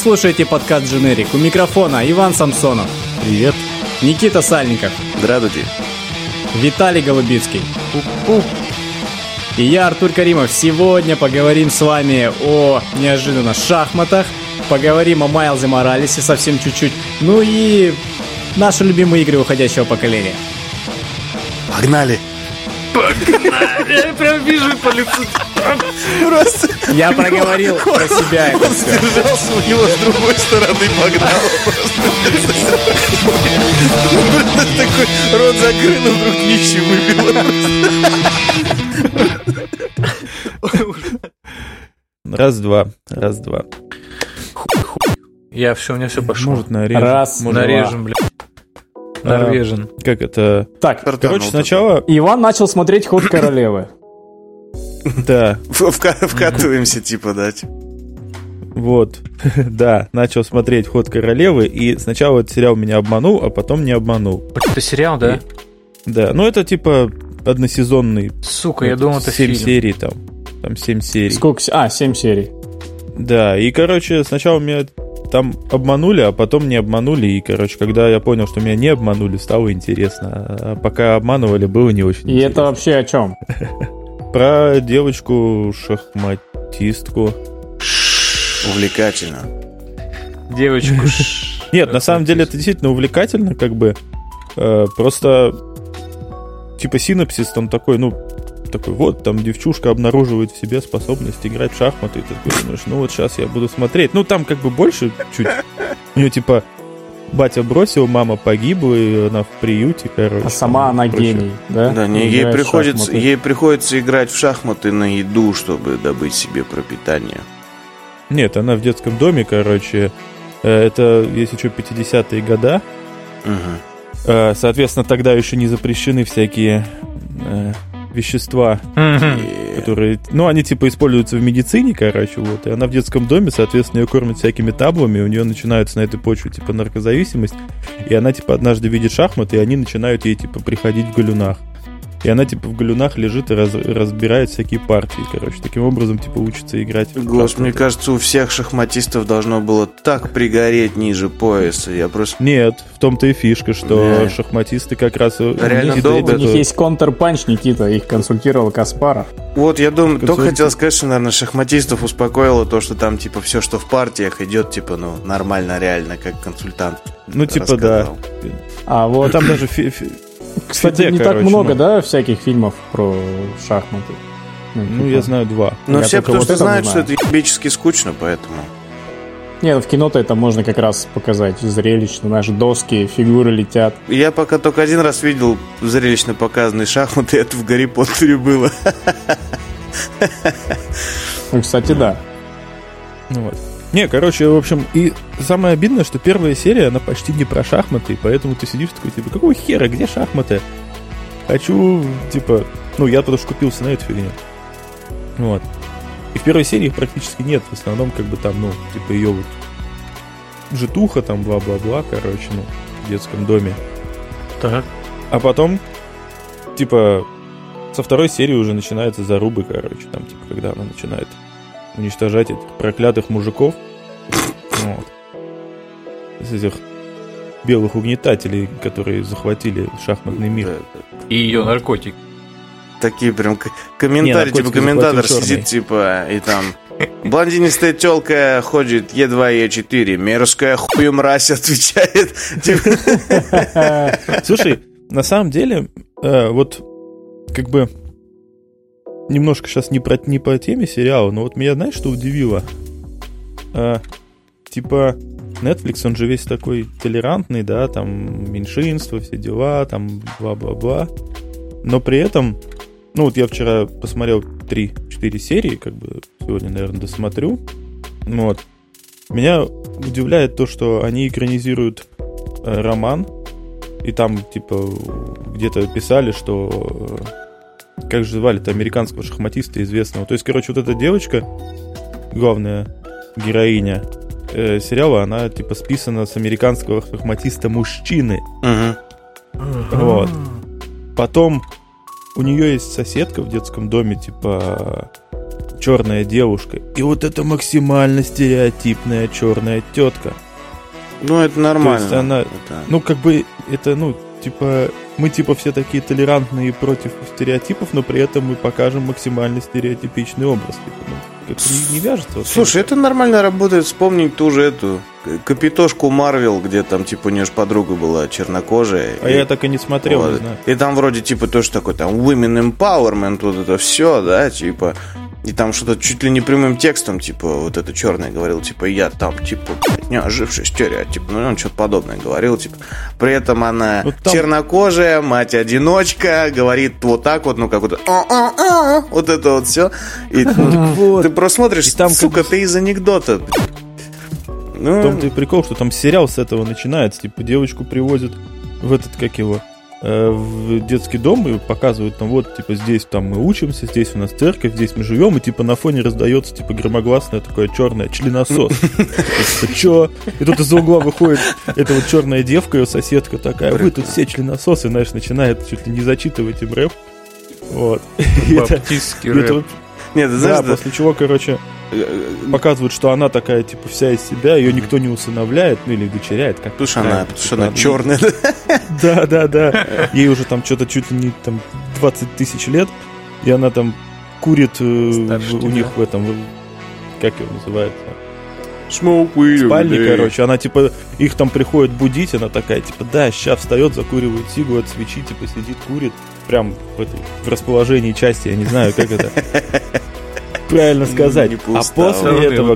слушаете подкаст «Дженерик». У микрофона Иван Самсонов. Привет. Никита Сальников. Здравствуйте. Виталий Голубицкий. И я, Артур Каримов. Сегодня поговорим с вами о неожиданно шахматах. Поговорим о Майлзе Моралесе совсем чуть-чуть. Ну и наши любимые игры уходящего поколения. Погнали. Я прям вижу по лицу. Просто Я проговорил про себя это он все. сдержался, у него с другой стороны погнало просто. Такой рот закрыл, но вдруг ничего выбило. Раз-два. Я все, у меня все пошло. Может, нарежем. Раз, Нарежем, блядь. Норвежен. Как это? Так, Короче, сначала... Иван начал смотреть «Ход королевы». Да, Вкатываемся, типа, да. вот. Да, начал смотреть «Ход королевы», и сначала этот сериал меня обманул, а потом не обманул. Это сериал, да? Да, ну это типа односезонный. Сука, я думал, это 7 фильм. серий там. Там 7 серий. Сколько? 7 серий. Да, и, короче, сначала меня там обманули, а потом не обманули. И, короче, когда я понял, что меня не обманули, стало интересно. А пока обманывали, было не очень И интересно. это вообще о чем? Про девочку-шахматистку. Увлекательно. Девочку. Нет, на самом деле это действительно увлекательно, как бы. Просто типа синопсис, он такой, такой, вот, там девчушка обнаруживает в себе способность играть в шахматы, и ты такой думаешь, ну вот сейчас я буду смотреть. Ну, там как бы больше чуть. У нее типа батя бросил, мама погибла, и она в приюте, короче. А сама она Короче, гений, да? Да, ей Играет в шахматы. приходится играть в шахматы на еду, чтобы добыть себе пропитание. Нет, она в детском доме, короче. Это, если что, 50-е года. Угу. Соответственно, тогда еще не запрещены всякие вещества, которые, они типа используются в медицине, короче, вот. И она в детском доме, соответственно, ее кормят всякими таблами, у нее начинается на этой почве типа наркозависимость, и она типа однажды видит шахматы, и они начинают ей типа приходить в галюнах. И она типа в галюнах лежит и разбирает всякие партии, короче. Таким образом, типа, учится играть в Господи, шахматы. мне кажется, у всех шахматистов должно было так пригореть ниже пояса. Я просто... Нет, в том-то и фишка, что Да. шахматисты как раз... Реально Никита, долго. У них есть контрпанч, Никита, их консультировал Каспаров. Вот, я думаю, только Консультант. хотел сказать, что, наверное, шахматистов успокоило то, что там, типа, все, что в партиях идет, типа, нормально, реально, как консультант. Ну, типа, да. рассказал. А вот там даже... Кстати, Фиде, не так короче, много, да, всяких фильмов про шахматы? Ну, я знаю 2. Но Я все, только потому вот что это знают, что знаю. это ебически скучно, поэтому... Не, в кино-то это можно как раз показать зрелищно. Наши доски, фигуры летят. Я пока только один раз видел зрелищно показанные шахматы, это в Гарри Поттере было. Ну, кстати, да. Ну, вот. Не, короче, в общем, и самое обидное, что первая серия, она почти не про шахматы, и поэтому ты сидишь такой, типа, какого хера, где шахматы? Хочу, типа, я потому что купился на эту фигню. Вот. И в первой серии их практически нет, в основном, как бы там, типа, ее вот житуха, там, бла-бла-бла, короче, в детском доме. Так. А потом, типа, со второй серии уже начинаются зарубы, короче, там, типа, когда она начинает уничтожать этих проклятых мужиков. Вот. Из этих белых угнетателей, которые захватили шахматный мир. И ее наркотик. Такие прям комментарии, типа, комментатор сидит, типа, и там... Блондинистая тёлка ходит Е2, Е4, мерзкая хуй мразь, отвечает. Слушай, на самом деле, вот, как бы, немножко сейчас не по теме сериала, но вот меня, знаешь, что удивило? Типа, Netflix, он же весь такой толерантный, да, там, меньшинство, все дела, там, бла-бла-бла. Но при этом, вот я вчера посмотрел 3-4 серии, как бы, сегодня, наверное, досмотрю. Вот. Меня удивляет то, что они экранизируют роман, и там, типа, где-то писали, что... Как же звали-то американского шахматиста известного? То есть, короче, вот эта девочка, главная героиня сериала, она, типа, списана с американского шахматиста-мужчины. Вот. Потом у нее есть соседка в детском доме, типа, черная девушка. И вот это максимально стереотипная черная тетка. Ну, это нормально. То есть она, ну, как бы, это, ну, типа, мы, типа, все такие толерантные против стереотипов, но при этом мы покажем максимально стереотипичный образ. Типа, ну, как-то не вяжется. Вот. Слушай, это нормально работает. Вспомнить ту же эту Капитошку Марвел, где там, типа, у нее же подруга была чернокожая. А я так и не смотрел, вот. Не знаю. И там вроде, типа, тоже такой, там, women empowerment, вот это все, да, типа... И там что-то чуть ли не прямым текстом, типа, вот это черное говорил, типа, я там, типа, не оживший стереотип. Ну, он что-то подобное говорил, типа. При этом она вот там... чернокожая, мать-одиночка, говорит вот так вот, ну, как вот вот это вот все. И ты просто смотришь, сука, ты из анекдота. В том-то и прикол, что там сериал с этого начинается. Типа, девочку привозят в этот, как его... в детский дом и показывают там, вот, типа, здесь там мы учимся, здесь у нас церковь, здесь мы живем, и, типа, на фоне раздается, типа, громогласное такое черное членосос. Чё? И тут из-за угла выходит эта вот черная девка, ее соседка такая, вы тут все членососы, знаешь, начинает чуть ли не зачитывать им рэп. Вот. Баптистский рэп. Нет, знаешь, да, после чего, короче, показывают, что она такая, типа, вся из себя, ее никто не усыновляет, ну, или дочеряет. Потому что она черная. Да. Ей уже там что-то чуть ли не там 20 тысяч лет, и она там курит у них в этом, как его называется? В спальне, короче. Она, типа, их там приходит будить, она такая, типа, да, сейчас встает, закуривает сигу от свечи, типа, сидит, курит, прям в расположении части, я не знаю, как это правильно сказать. А после этого,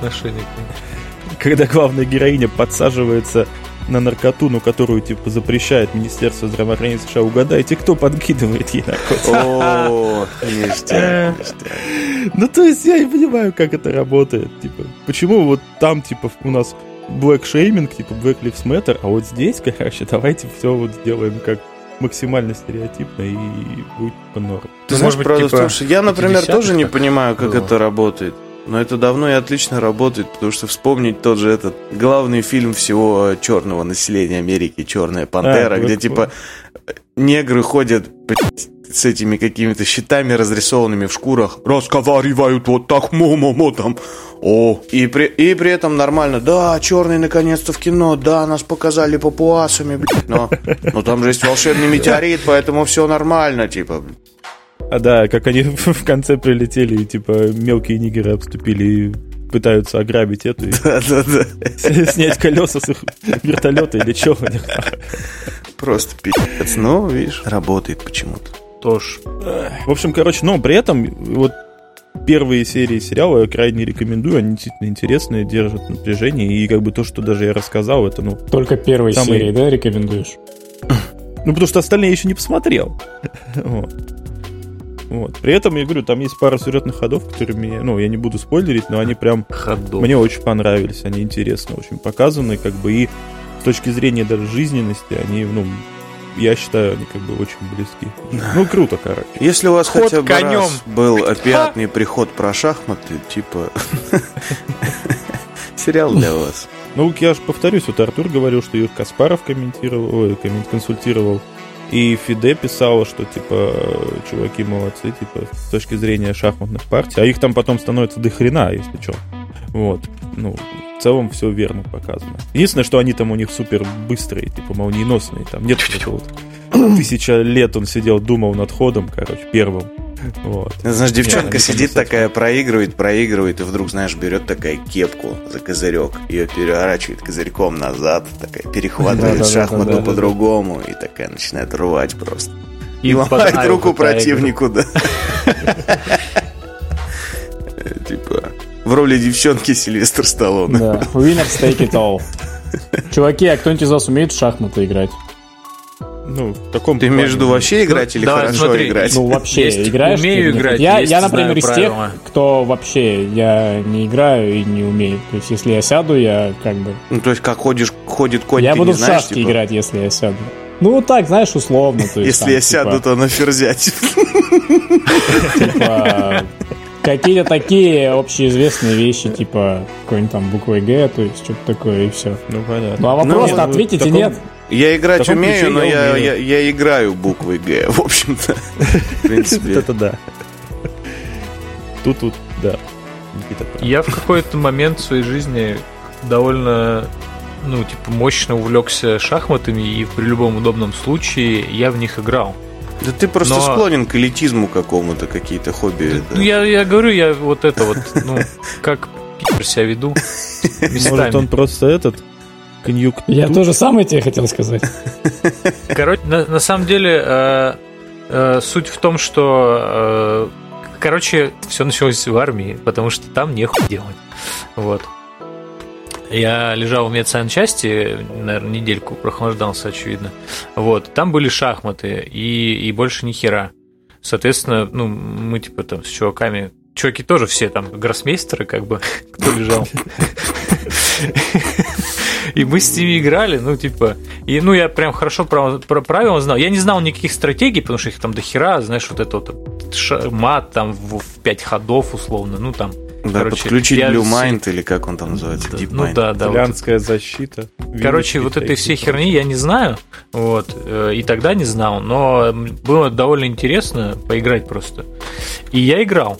когда главная героиня подсаживается на наркоту, ну, которую, типа, запрещает Министерство здравоохранения США, угадайте, кто подкидывает ей наркотики? О, ништяк. Ну, то есть, я не понимаю, как это работает. Типа, почему вот там, типа, у нас black shaming, типа, Black Lives Matter, а вот здесь, короче, давайте все вот сделаем как максимально стереотипно и будет по норм. Ты знаешь, правда в том, что я, например, тоже не понимаю, как это работает. Но это давно и отлично работает, потому что вспомнить тот же этот главный фильм всего черного населения Америки «Черная пантера», где типа негры ходят с этими какими-то щитами разрисованными в шкурах, разговаривают вот так, мо-мо-мо там. И при этом нормально, да, черные наконец-то в кино, да, нас показали папуасами, но там же есть волшебный метеорит, поэтому все нормально, типа. А да, как они в конце прилетели, и типа мелкие нигеры обступили и пытаются ограбить эту и снять колеса с их вертолета или чего у них. Просто пи***ц. Ну, видишь, работает почему-то. Тоже. В общем, короче, но при этом вот первые серии сериала я крайне рекомендую, они действительно интересные, держат напряжение, и как бы то, что даже я рассказал, это, ну... Только первые серии, да, рекомендуешь? Ну, потому что остальные я еще не посмотрел. Вот. При этом, я говорю, там есть пара сюжетных ходов, которые мне, ну, я не буду спойлерить, но они прям мне очень понравились, они интересно очень показаны, как бы, и с точки зрения даже жизненности, они, ну, я считаю, они как бы очень близки. Ну, круто, короче. Если у вас хотя бы раз был опиатный приход про шахматы, типа, сериал для вас. Ну, я же повторюсь, вот Артур говорил, что их Каспаров консультировал, и Фиде писала, что, типа, чуваки молодцы, типа, с точки зрения шахматных партий. А их там потом становится до хрена, если что. Вот. Ну, в целом все верно показано. Единственное, что они там у них супер быстрые, типа, молниеносные. Там нет вот 1000 лет он сидел, думал над ходом, короче, первым. Вот. Знаешь, девчонка сидит такая, проигрывает, и вдруг, знаешь, берет такая кепку за козырек, ее переворачивает козырьком назад, такая перехватывает шахмату по-другому, и такая начинает рвать просто. И ломает руку противнику, да. Типа, в роли девчонки Сильвестр Сталлоне. Да, winners take it all. Чуваки, а кто-нибудь из вас умеет в шахматы играть? Ну, в таком ты имеешь в виду вообще играть или хорошо играть? Ну, вообще, играешь? Умею играть. Я, например, из тех, кто вообще я не играю и не умею. То есть, если я сяду, я как бы... Ну, то есть, как ходит конь, я ты буду не знаешь, в шашки играть, если я сяду. Ну, так, знаешь, условно. То есть, если там, я сяду, то на ферзя. Типа... Какие-то такие общеизвестные вещи, типа какой-нибудь там буквой Г, то есть что-то такое, и все. Ну, понятно. Ну, а вопрос-то ответите нет. Я играть умею, но я играю буквой Г, в общем-то. В принципе. Это да. Тут да. Никита прав. Я в какой-то момент в своей жизни довольно, мощно увлекся шахматами, и при любом удобном случае я в них играл. Да ты просто склонен к элитизму какому-то, какие-то хобби. Да. Я говорю, я вот это вот, как пи***р себя веду местами. Может, он просто конъюнктур. Я тоже самое тебе хотел сказать. Короче, на самом деле, суть в том, что, все началось в армии, потому что там нехуй делать. Вот. Я лежал в медсанчасти, наверное, недельку прохлаждался, очевидно. Вот, там были шахматы и больше ни хера. Соответственно, мы с чуваками. Чуваки тоже все там гроссмейстеры, кто лежал. И мы с ними играли, я прям хорошо про правила знал. Я не знал никаких стратегий, потому что их там до хера, знаешь, вот это вот мат там в 5 ходов условно, Да, подключить Blue Mind, или как он там называется, Deep Mind. Да. Итальянская защита. Вот этой всей херни я не знаю, и тогда не знал, но было довольно интересно поиграть просто. И я играл.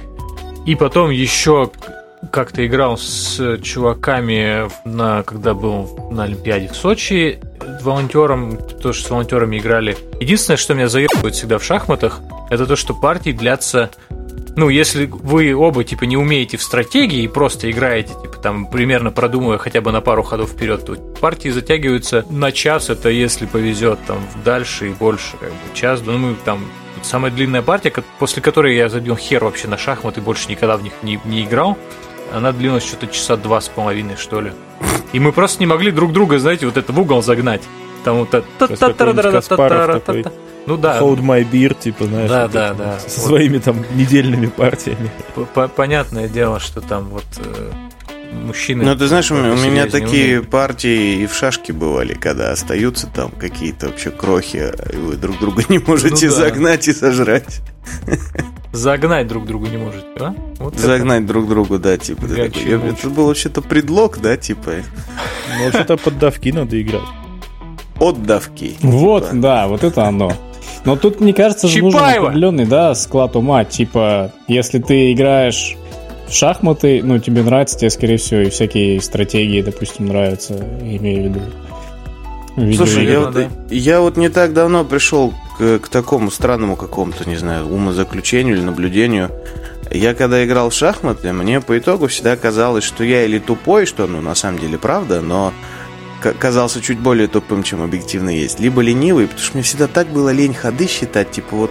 И потом еще как-то играл с чуваками, когда был на Олимпиаде в Сочи, волонтером, тоже с волонтерами играли. Единственное, что меня заебывает всегда в шахматах, это то, что партии длятся. Если вы оба, не умеете в стратегии и просто играете, примерно продумывая хотя бы на пару ходов вперед, то партии затягиваются на час, это если повезет, дальше и больше, час, самая длинная партия, после которой я забил хер вообще на шахматы, больше никогда в них не играл, она длилась что-то часа 2,5, что ли. И мы просто не могли друг друга, знаете, вот это в угол загнать. Там вот это... Каспаров такой. Да. Hold my beer, знаешь. Да. Со своими недельными партиями. Понятное дело, что там мужчины... Ты знаешь, у меня такие партии и в шашке бывали, когда остаются там какие-то вообще крохи, и вы друг друга не можете загнать и сожрать. Загнать друг друга не можете, а? Загнать друг другу, да, Это был вообще-то предлог, да, вообще-то под давки надо играть. От давки. Вот, да, вот это оно. Но тут, мне кажется, же нужен определенный, склад ума. Если ты играешь в шахматы, тебе нравится, тебе, скорее всего, и всякие стратегии, допустим, нравятся, имею в виду. Слушай, я вот не так давно пришел к такому странному какому-то, не знаю, умозаключению или наблюдению. Я когда играл в шахматы, мне по итогу всегда казалось, что я или тупой, что, на самом деле, правда, но казался чуть более тупым, чем объективно есть. Либо ленивый, потому что мне всегда так было лень ходы считать,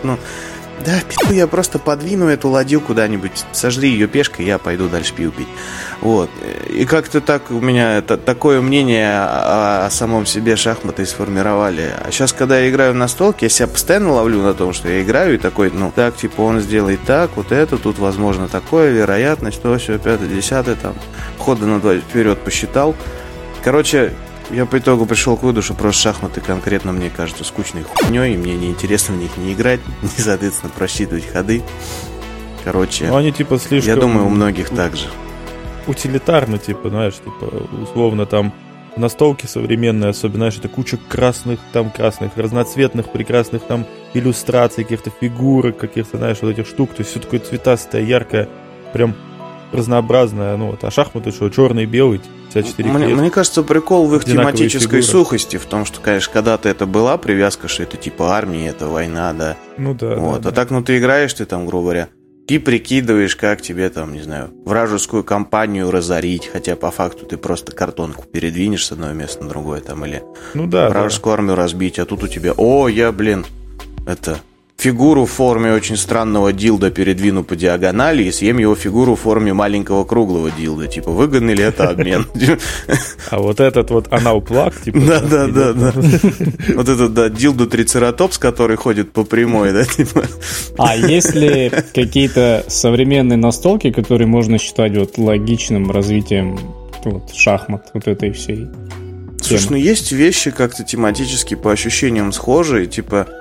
да, пиду, я просто подвину эту ладью куда-нибудь, сожри ее пешкой, я пойду дальше пиво пить. Вот. И как-то так у меня такое мнение о самом себе шахматы сформировали. А сейчас, когда я играю в настолки, я себя постоянно ловлю на том, что я играю, и такой, так, он сделает так, вот это, тут возможно такое, вероятность, то, все, 5, 10, хода на 2 вперед посчитал. Короче, я по итогу пришел к выводу, что просто шахматы конкретно мне кажутся скучной хуйней, и мне неинтересно в них не играть, не, соответственно, просчитывать ходы. Короче, они слишком... Я думаю, у многих так же. Утилитарно, условно, настолки современные, особенно, это куча красных, разноцветных, прекрасных, иллюстраций, каких-то фигурок, каких-то, вот этих штук, то есть все такое цветастое, яркое, прям разнообразное, а шахматы что, черный, белый, 54 клетки. Мне кажется, прикол в их тематической фигуры. Сухости, в том, что, конечно, когда-то это была привязка, что это армия, это война, да. Да. Вот. А так, ты играешь, ты грубо говоря, ты прикидываешь, как тебе не знаю, вражескую компанию разорить, хотя по факту ты просто картонку передвинешь с одного места на другое, или вражескую армию разбить, а тут у тебя, фигуру в форме очень странного дилда передвину по диагонали и съем его фигуру в форме маленького круглого дилда. Выгодный ли это обмен? А вот этот анал-плаг, Да. Вот этот, дилду трицератопс, который ходит по прямой, да, А есть ли какие-то современные настолки, которые можно считать логичным развитием шахмат, этой всей темы? Слушай, есть вещи как-то тематически по ощущениям схожие,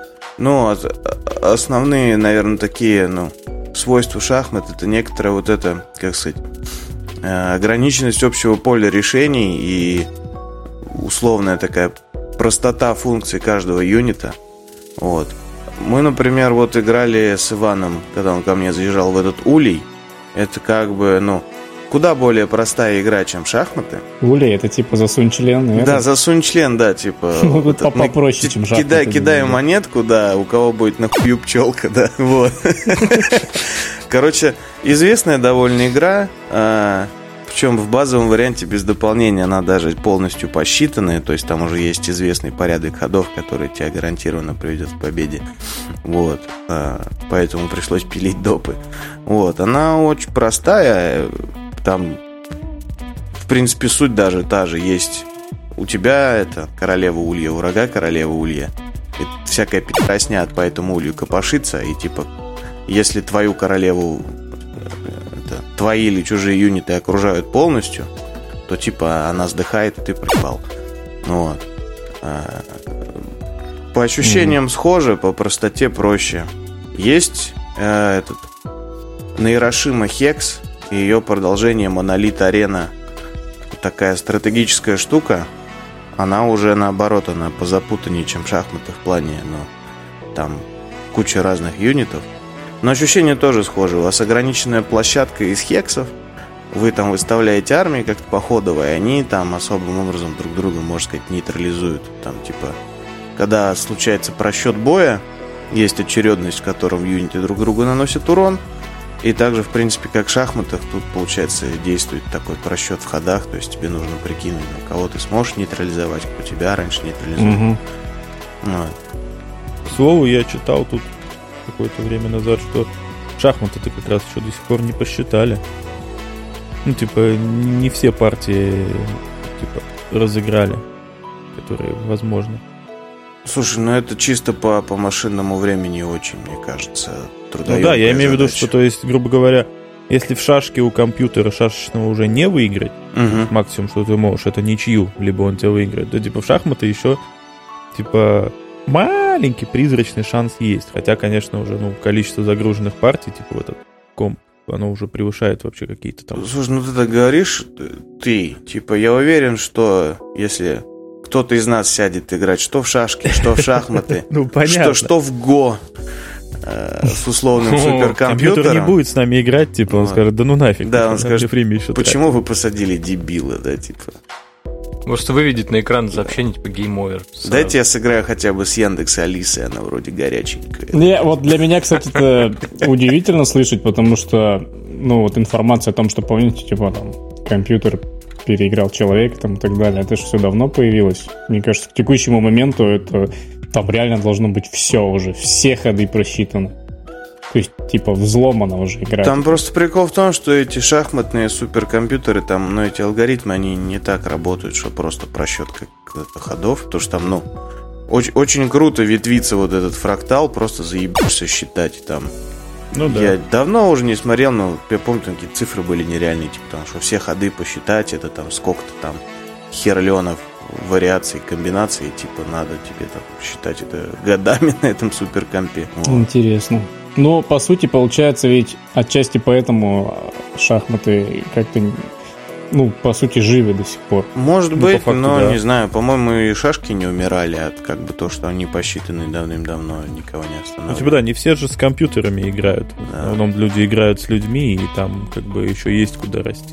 основные, наверное, такие, свойства шахмат, это некоторая ограниченность общего поля решений и условная такая простота функций каждого юнита. Вот. Мы, например, играли с Иваном, когда он ко мне заезжал в этот улей. это как бы, ну, куда более простая игра, чем шахматы. Улья, это типа засунь член. Да, засунь член, да, типа. Ну, попроще, чем шахматы. Кидай монетку, да, у кого будет нахуй пчелка, да, вот. Короче, известная довольно игра, причем в базовом варианте без дополнения она даже полностью посчитанная, то есть там уже есть известный порядок ходов, который тебя гарантированно приведет к победе. Вот, поэтому пришлось пилить допы. Вот, она очень простая. Там, в принципе, суть даже та же. Есть у тебя это королева Улья, у врага королева Улья. И всякая пидоросня по этому Улью копошится. И типа, если твою королеву твои или чужие юниты окружают полностью, то типа она сдыхает, и ты пропал. Вот. По ощущениям схоже, по простоте проще. Есть Нейрошима Хекс и ее продолжение Монолит Арена. Такая стратегическая штука. Она уже наоборот, она позапутаннее, чем шахматы в плане, ну, там куча разных юнитов. Но ощущения тоже схожи. У вас ограниченная площадка из хексов. Вы там выставляете армии как-то походовые, они там особым образом друг друга, можно сказать, нейтрализуют. Там типа, когда случается просчет боя, есть очередность, в котором юниты друг другу наносят урон. И также, в принципе, как в шахматах, тут, получается, действует такой просчет в ходах. То есть тебе нужно прикинуть, ну, кого ты сможешь нейтрализовать, кто тебя раньше нейтрализует. Вот. К слову, я читал тут какое-то время назад, что шахматы-то как раз еще до сих пор не посчитали. Ну, типа, не все партии типа разыграли, которые возможно. Слушай, ну это чисто по машинному времени очень, мне кажется, трудоемкая Ну да, я имею в виду, задача. что, то есть, грубо говоря, если в шашке у компьютера шашечного уже не выиграть, максимум, что ты можешь, это ничью, либо он тебя выиграет, то типа в шахматы еще типа маленький призрачный шанс есть. Хотя, конечно, уже количество загруженных партий, типа в этот комп, оно уже превышает вообще какие-то там... Слушай, ну ты так говоришь, типа, я уверен, что если кто-то из нас сядет играть что в шашки, что в шахматы, ну, понятно. что в Го с условным суперкомпьютером. Компьютер не будет с нами играть, типа, он скажет, да ну нафиг. Да, он скажет, почему тратить. вы посадили дебила, да, типа. Может, выведет на экран сообщение типа гейм-овер. Дайте я сыграю хотя бы с Яндекс Алисой, она вроде горяченькая. Не, вот для меня, кстати, это удивительно слышать, потому что, ну, вот информация о том, что, помните, типа, там, компьютер переиграл человека, там, и так далее, это же все давно появилось. Мне кажется, к текущему моменту это там реально должно быть все уже, все ходы просчитаны. То есть, типа, взломано уже играть. Там просто прикол в том, что эти шахматные суперкомпьютеры, там, ну, эти алгоритмы, они не так работают, что просто просчет ходов, потому что там, ну, очень, очень круто ветвится вот этот фрактал, просто заебешься считать там. Ну да. Я давно уже не смотрел, но я помню, там какие цифры были нереальные, типа, потому что все ходы посчитать, это там сколько-то там херлёнов, вариаций, комбинаций, типа, надо тебе там считать это годами на этом суперкомпе. Вот. Интересно. Ну, по сути, получается, ведь отчасти поэтому шахматы как-то, ну, по сути, живы до сих пор. Может Ну, быть, по факту, но да. не знаю, по-моему, и шашки не умирали от как бы то, что они посчитаны давным-давно, никого не Ну, останавливают. типа, да, не все же с компьютерами играют. В основном люди играют с людьми, и там как бы еще есть куда расти.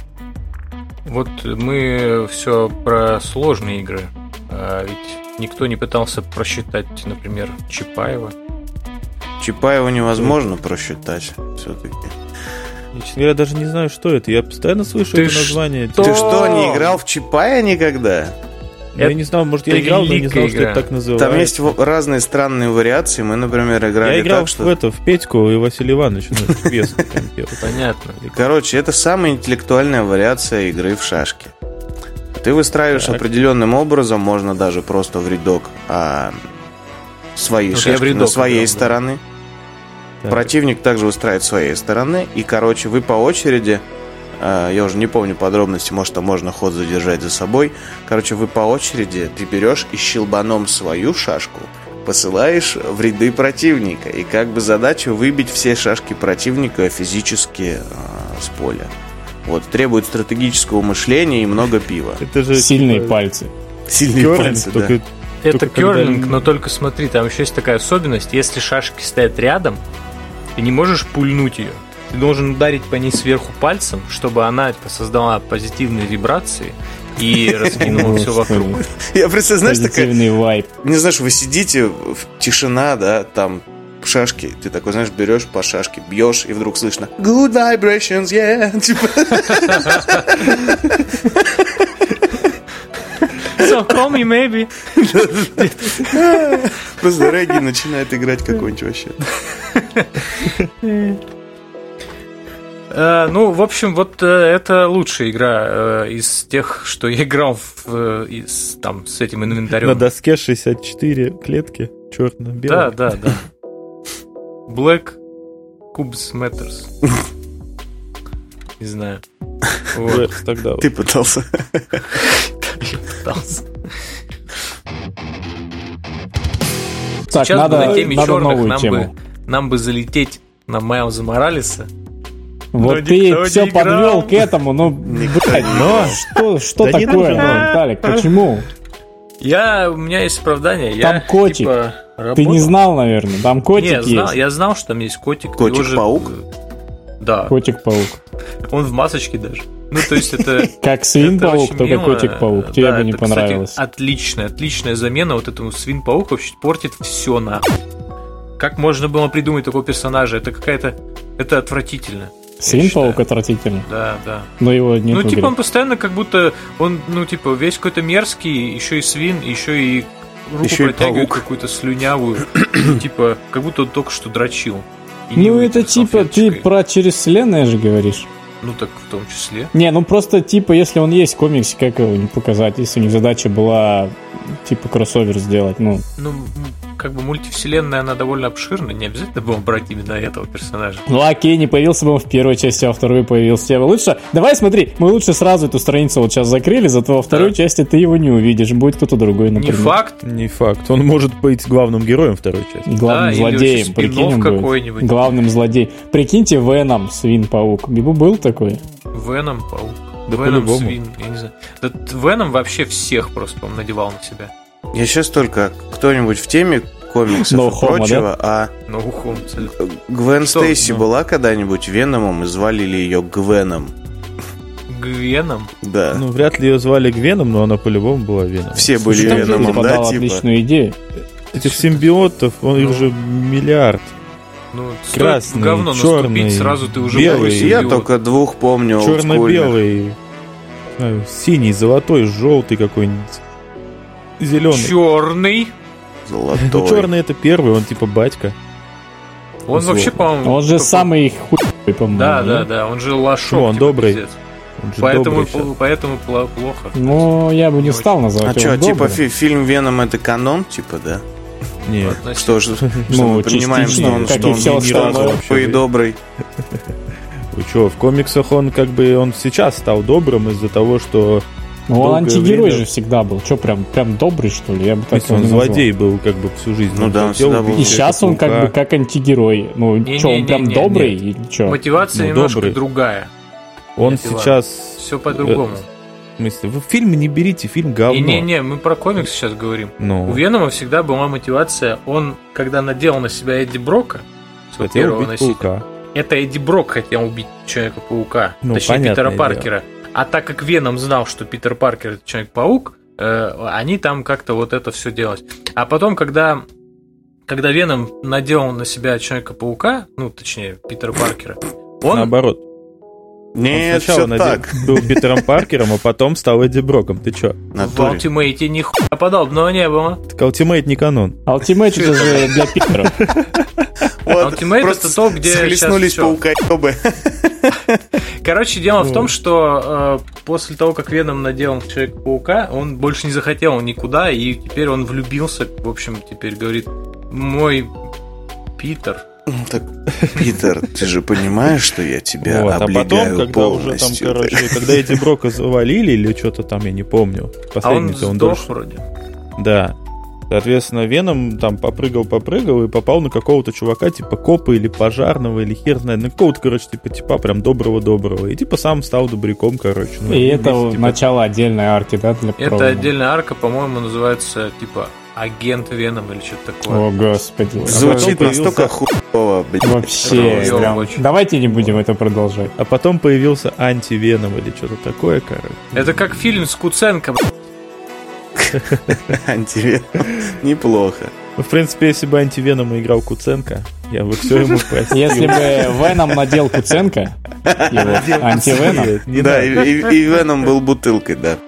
Вот мы все про сложные игры. Ведь никто не пытался просчитать, например, Чапаева. Чапаева невозможно просчитать все-таки. Я, честно говоря, даже не знаю, что это. Я постоянно слышу Ты это название. что? Ты что, не играл в Чапая никогда? Я не знал, может, я играл, но не знал, что это так называется. Там есть разные странные вариации. Мы, например, играли Я играл так, что... в Петьку и Василий Иванович, ну, вес на компе. Понятно. Короче, это самая интеллектуальная вариация игры в шашки. Ты выстраиваешь Так. определенным образом, можно даже просто в рядок, свои Вот я в шашки рядок на своей играл, да. стороны. Так. Противник также выстраивает с своей стороны. И, короче, вы по очереди, я уже не помню подробности, может, там можно ход задержать за собой. Короче, вы по очереди, ты берешь и щелбаном свою шашку посылаешь в ряды противника. И как бы задача выбить все шашки противника физически с поля. Вот, требует стратегического мышления и много пива. Это же Сильные типа, пальцы. Сильные кёрлинг, пальцы, да. только Это Только когда- керлинг, но только смотри, там еще есть такая особенность. Если шашки стоят рядом, ты не можешь пульнуть ее. ты должен ударить по ней сверху пальцем, чтобы она создала позитивные вибрации и раскинула все вокруг. Я просто, знаешь, такая... Позитивный вайб. Не знаешь, вы сидите, тишина, да, там шашки, ты такой, знаешь, берешь по шашке, бьешь, и вдруг слышно good vibrations, yeah, типа... So call me maybe. Просто регги начинает играть какой-нибудь вообще. Ну, в общем, вот это лучшая игра из тех, что я играл там, с этим инвентарем. На доске 64 клетки, черно-белые. Да. Black Cubes Matters. Не знаю. Вот. Тогда Ты пытался. Я пытался. Так, Сейчас бы на теме надо черных новую тему. нам бы залететь на Майлза Моралеса. Вот Но ты никто все не подвел играл. к этому, ну, блядь, что Да не такое, нужно. Виталик, почему? У меня есть оправдание. Там котик. Типа, Ты работал. не знал, наверное, там котик Не, есть. я знал, что там есть котик. Котик-паук? Да, Котик-паук. он в масочке даже. Ну, то есть это... Как это свин-паук, очень только мило. котик-паук. Тебе Да, бы не это, кстати, понравилось. отличная замена. Вот этому свин-паук вообще портит все нахуй. Как можно было придумать такого персонажа? Это какая-то... Это отвратительно. Свин-паук отвратительно. Да. Но его нет в Ну, типа, игре. он постоянно как будто... Он, весь какой-то мерзкий, еще и свин, еще и руку Еще и протягивает паук. какую-то слюнявую. Типа, как будто он только что дрочил. И Ну, не это вытер типа, ты салфеточкой. про через вселенную же говоришь. Ну, так в том числе. Не, ну просто, типа, если он есть в комиксе, как его не показать? Если у них задача была, типа, кроссовер сделать, ну... Ну, как бы мультивселенная, она довольно обширная. Не обязательно было брать именно этого персонажа. Ну окей, не появился бы он в первой части, а во второй появился. Тебе лучше... Давай смотри, мы лучше сразу эту страницу вот сейчас закрыли, зато во второй части ты его не увидишь. Будет кто-то другой, Не например. факт. Не факт. Он может быть главным героем второй части. Главным Да, или злодеем, вообще прикинь, спин-офф он будет. какой-нибудь. Главным злодеем. Прикиньте, Веном, Свин-паук. Бибу был такой? Веном, паук. Да Веном, по-любому. свин, я не знаю. Да, Веном вообще всех просто, по-моему, надевал на себя. Я сейчас только кто-нибудь в теме комиксов No и homo, прочего, а Но ухом абсолютно. Гвен Что? Стейси Ну. была когда-нибудь Веномом и звали ли ее Гвеном? Гвеном. Да. Ну, вряд ли ее звали Гвеном, но она по-любому была Веном. Все были Слушай, там же Веномом, ты да, подал типа? отличную идею. Этих симбиотов, их же миллиард. Ну, стоит Красный, в говно черный, наступить, сразу ты уже белый. бросил Я его. только двух помню олдскульных. Черно-белый, синий, золотой, желтый какой-нибудь, зеленый. Черный. Золотой. Ну, черный это первый, он типа батька. Он Условно. вообще, по-моему... Он же такой- самый хуй, по-моему. Да, он же лошок. Что, он типа, добрый? пиздец. Он же Поэтому, добрый щас. поэтому плохо. Ну, я бы не стал А называть что, его типа добрым. фильм «Веном» это канон, типа, да? Нет. Относительно. Что ж, что Ну, мы понимаем, частично, что он, как что и он все не остальное. разу вообще и добрый. Вы что, в комиксах он как бы, он сейчас стал добрым из-за того, что Ну, он долгое антигерой время- же всегда был. Что, прям добрый, что ли? Я бы так если его он не назвал. злодей был как бы всю жизнь. Ну Он да, он хотел всегда был. убить И сейчас он как бы Человека-паука. как антигерой. Ну, что, он прям Не-не-не-не, добрый нет. или что? Мотивация Ну, немножко добрый. другая. Он Нет, Иван, сейчас... Все по-другому. В смысле, вы фильмы не берите, фильм говно. Не-не-не, мы про комикс сейчас говорим. Ну, У Венома всегда была мотивация. Он, когда надел на себя Эдди Брока, своего хотел первого убить носителя, паука. это Эдди Брок хотел убить Человека-паука. Ну, точнее, понятное Питера дело. Паркера. А так как Веном знал, что Питер Паркер это Человек-паук, они там как-то вот это все делать. А потом, когда Веном надел на себя Человека-паука, ну, точнее, Питера Паркера, он... Наоборот. Нет, Он сначала все так. был Питером Паркером, а потом стал Эдди Броком. Ты чё? В Натуре. Ультимейте нихуя подобного не было. Так Ultimate не канон. Ultimate это же для Питера. Вот, Ultimate просто это то, где схлестнулись щас всё. паукоёбы. Короче, дело в том, что после того, как Веном надел Человека-паука, он больше не захотел никуда, и теперь он влюбился, в общем, теперь говорит, мой Питер. Так, Питер, ты же понимаешь, что я тебя Вот. А потом, облегаю когда уже там, полностью. короче, когда Эдди Брока завалили или что-то там, я не помню. А он Последний-то он сдох дольше. вроде. Да. Соответственно, Веном там попрыгал и попал на какого-то чувака, типа копа или пожарного, или хер знает, на какого-то, короче, типа прям доброго-доброго. И типа сам стал добряком, короче. Ну, И это вместе, типа, начало отдельной арки, да, для Это Пролога? отдельная арка, по-моему, называется типа Агент Веном или что-то такое. О, господи. Звучит настолько хуёво, блядь. Вообще. Прям. Давайте не будем это продолжать. А потом появился антивеном или что-то такое, короче. Это как фильм с Куценко. Антивеном. Неплохо. Ну, в принципе, если бы антивеном играл Куценко, я бы все ему простил. Если бы Веном надел Куценко, его антивеном. Да, и Веном был бутылкой, да.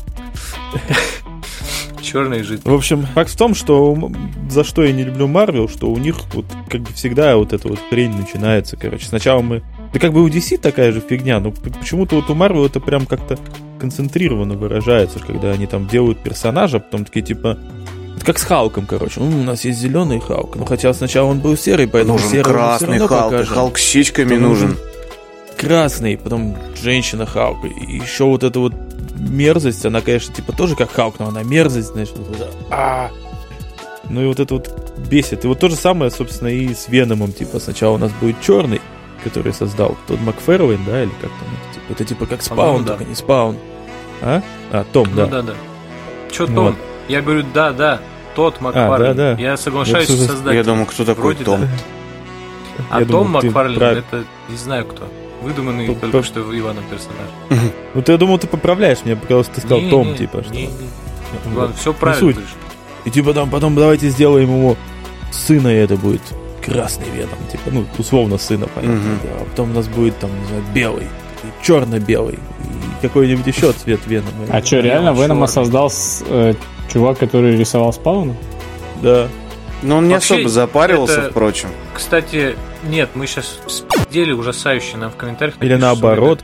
Черный жид. В общем, факт в том, что за что я не люблю Марвел, что у них вот как бы всегда вот эта вот хрень начинается, короче. Сначала мы... Да как бы у DC такая же фигня, но почему-то вот у Марвел это прям как-то концентрированно выражается, когда они там делают персонажа, потом такие типа... Как с Халком, короче. У нас есть зеленый Халк. Но хотя сначала он был серый, поэтому нужен серый красный Халк. Покажем. Халк с щичками потом нужен. Красный, потом женщина Халк. И еще вот эта вот мерзость, она, конечно, типа тоже как Халк, но она мерзость, значит, вот это, ну и вот это вот бесит. И вот то же самое, собственно, и с Веномом. Типа сначала у нас будет черный, который создал тот Макферлейн, да, или как там это типа как Спаун, да. только не Спаун. Том, да. Ну да. Че Том? Вот. Я говорю, да, тот Макфарлейн. да. Я соглашаюсь с создателем. Я думаю, кто такой Вроде Том? да. А Я Том думал, ты Макфарлейн, прав. это не знаю кто. Выдуманный только что Иваном персонаж. Ну ты, я думал, ты поправляешь меня, потому что ты сказал Том, типа. Что... Ладно, все правильно. суть. И типа там потом давайте сделаем ему сына, и это будет красный Веном. Типа, ну, условно сына, понятно. Да. А потом у нас будет там, не знаю, белый, и черно-белый, и какой-нибудь еще цвет Венома. А что, реально Венома создал чувак, который рисовал Спауна? Да. Но он не Вообще, особо запаривался, это, впрочем. Кстати, нет, мы сейчас спи***ли ужасающе нам в комментариях. Или наоборот,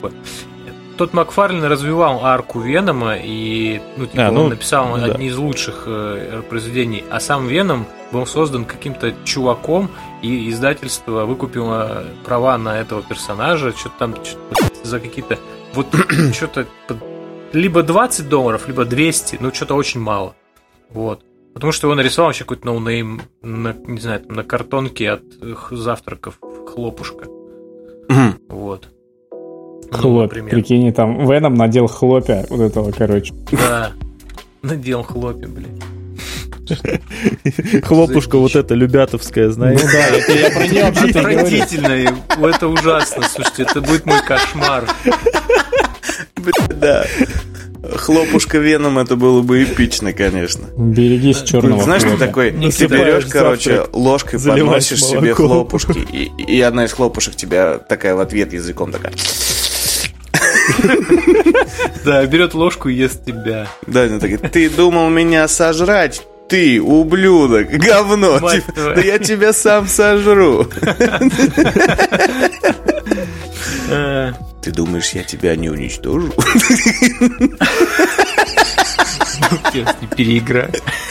Тот Макфарлейн развивал арку Венома, и он написал одни из лучших произведений. А сам Веном был создан каким-то чуваком, и издательство выкупило права на этого персонажа, что-то там за какие-то... Вот что-то либо $20, либо 200, ну что-то очень мало. Вот. Потому что его нарисовал вообще какой-то ноунейм, не знаю, на картонке от завтраков хлопушка. Вот. Хлоп, прикинь, там Веном надел хлопья вот этого, короче. Да, надел хлопья, блин. Хлопушка вот эта любятовская, знаешь. Ну да, я про нее вообще-то говорю. Отвратительно, это ужасно, слушайте, это будет мой кошмар. Да. Хлопушка Веном, это было бы эпично, конечно. Берегись черного. Знаешь, ты такой, ты берешь, короче, ложкой подносишь себе хлопушки, и одна из хлопушек тебя такая в ответ языком такая... Да, берет ложку и ест тебя. Да, она такая, ты думал меня сожрать? Ты, ублюдок, говно. Да я тебя сам сожру. Ты думаешь, я тебя не уничтожу? Не переиграй.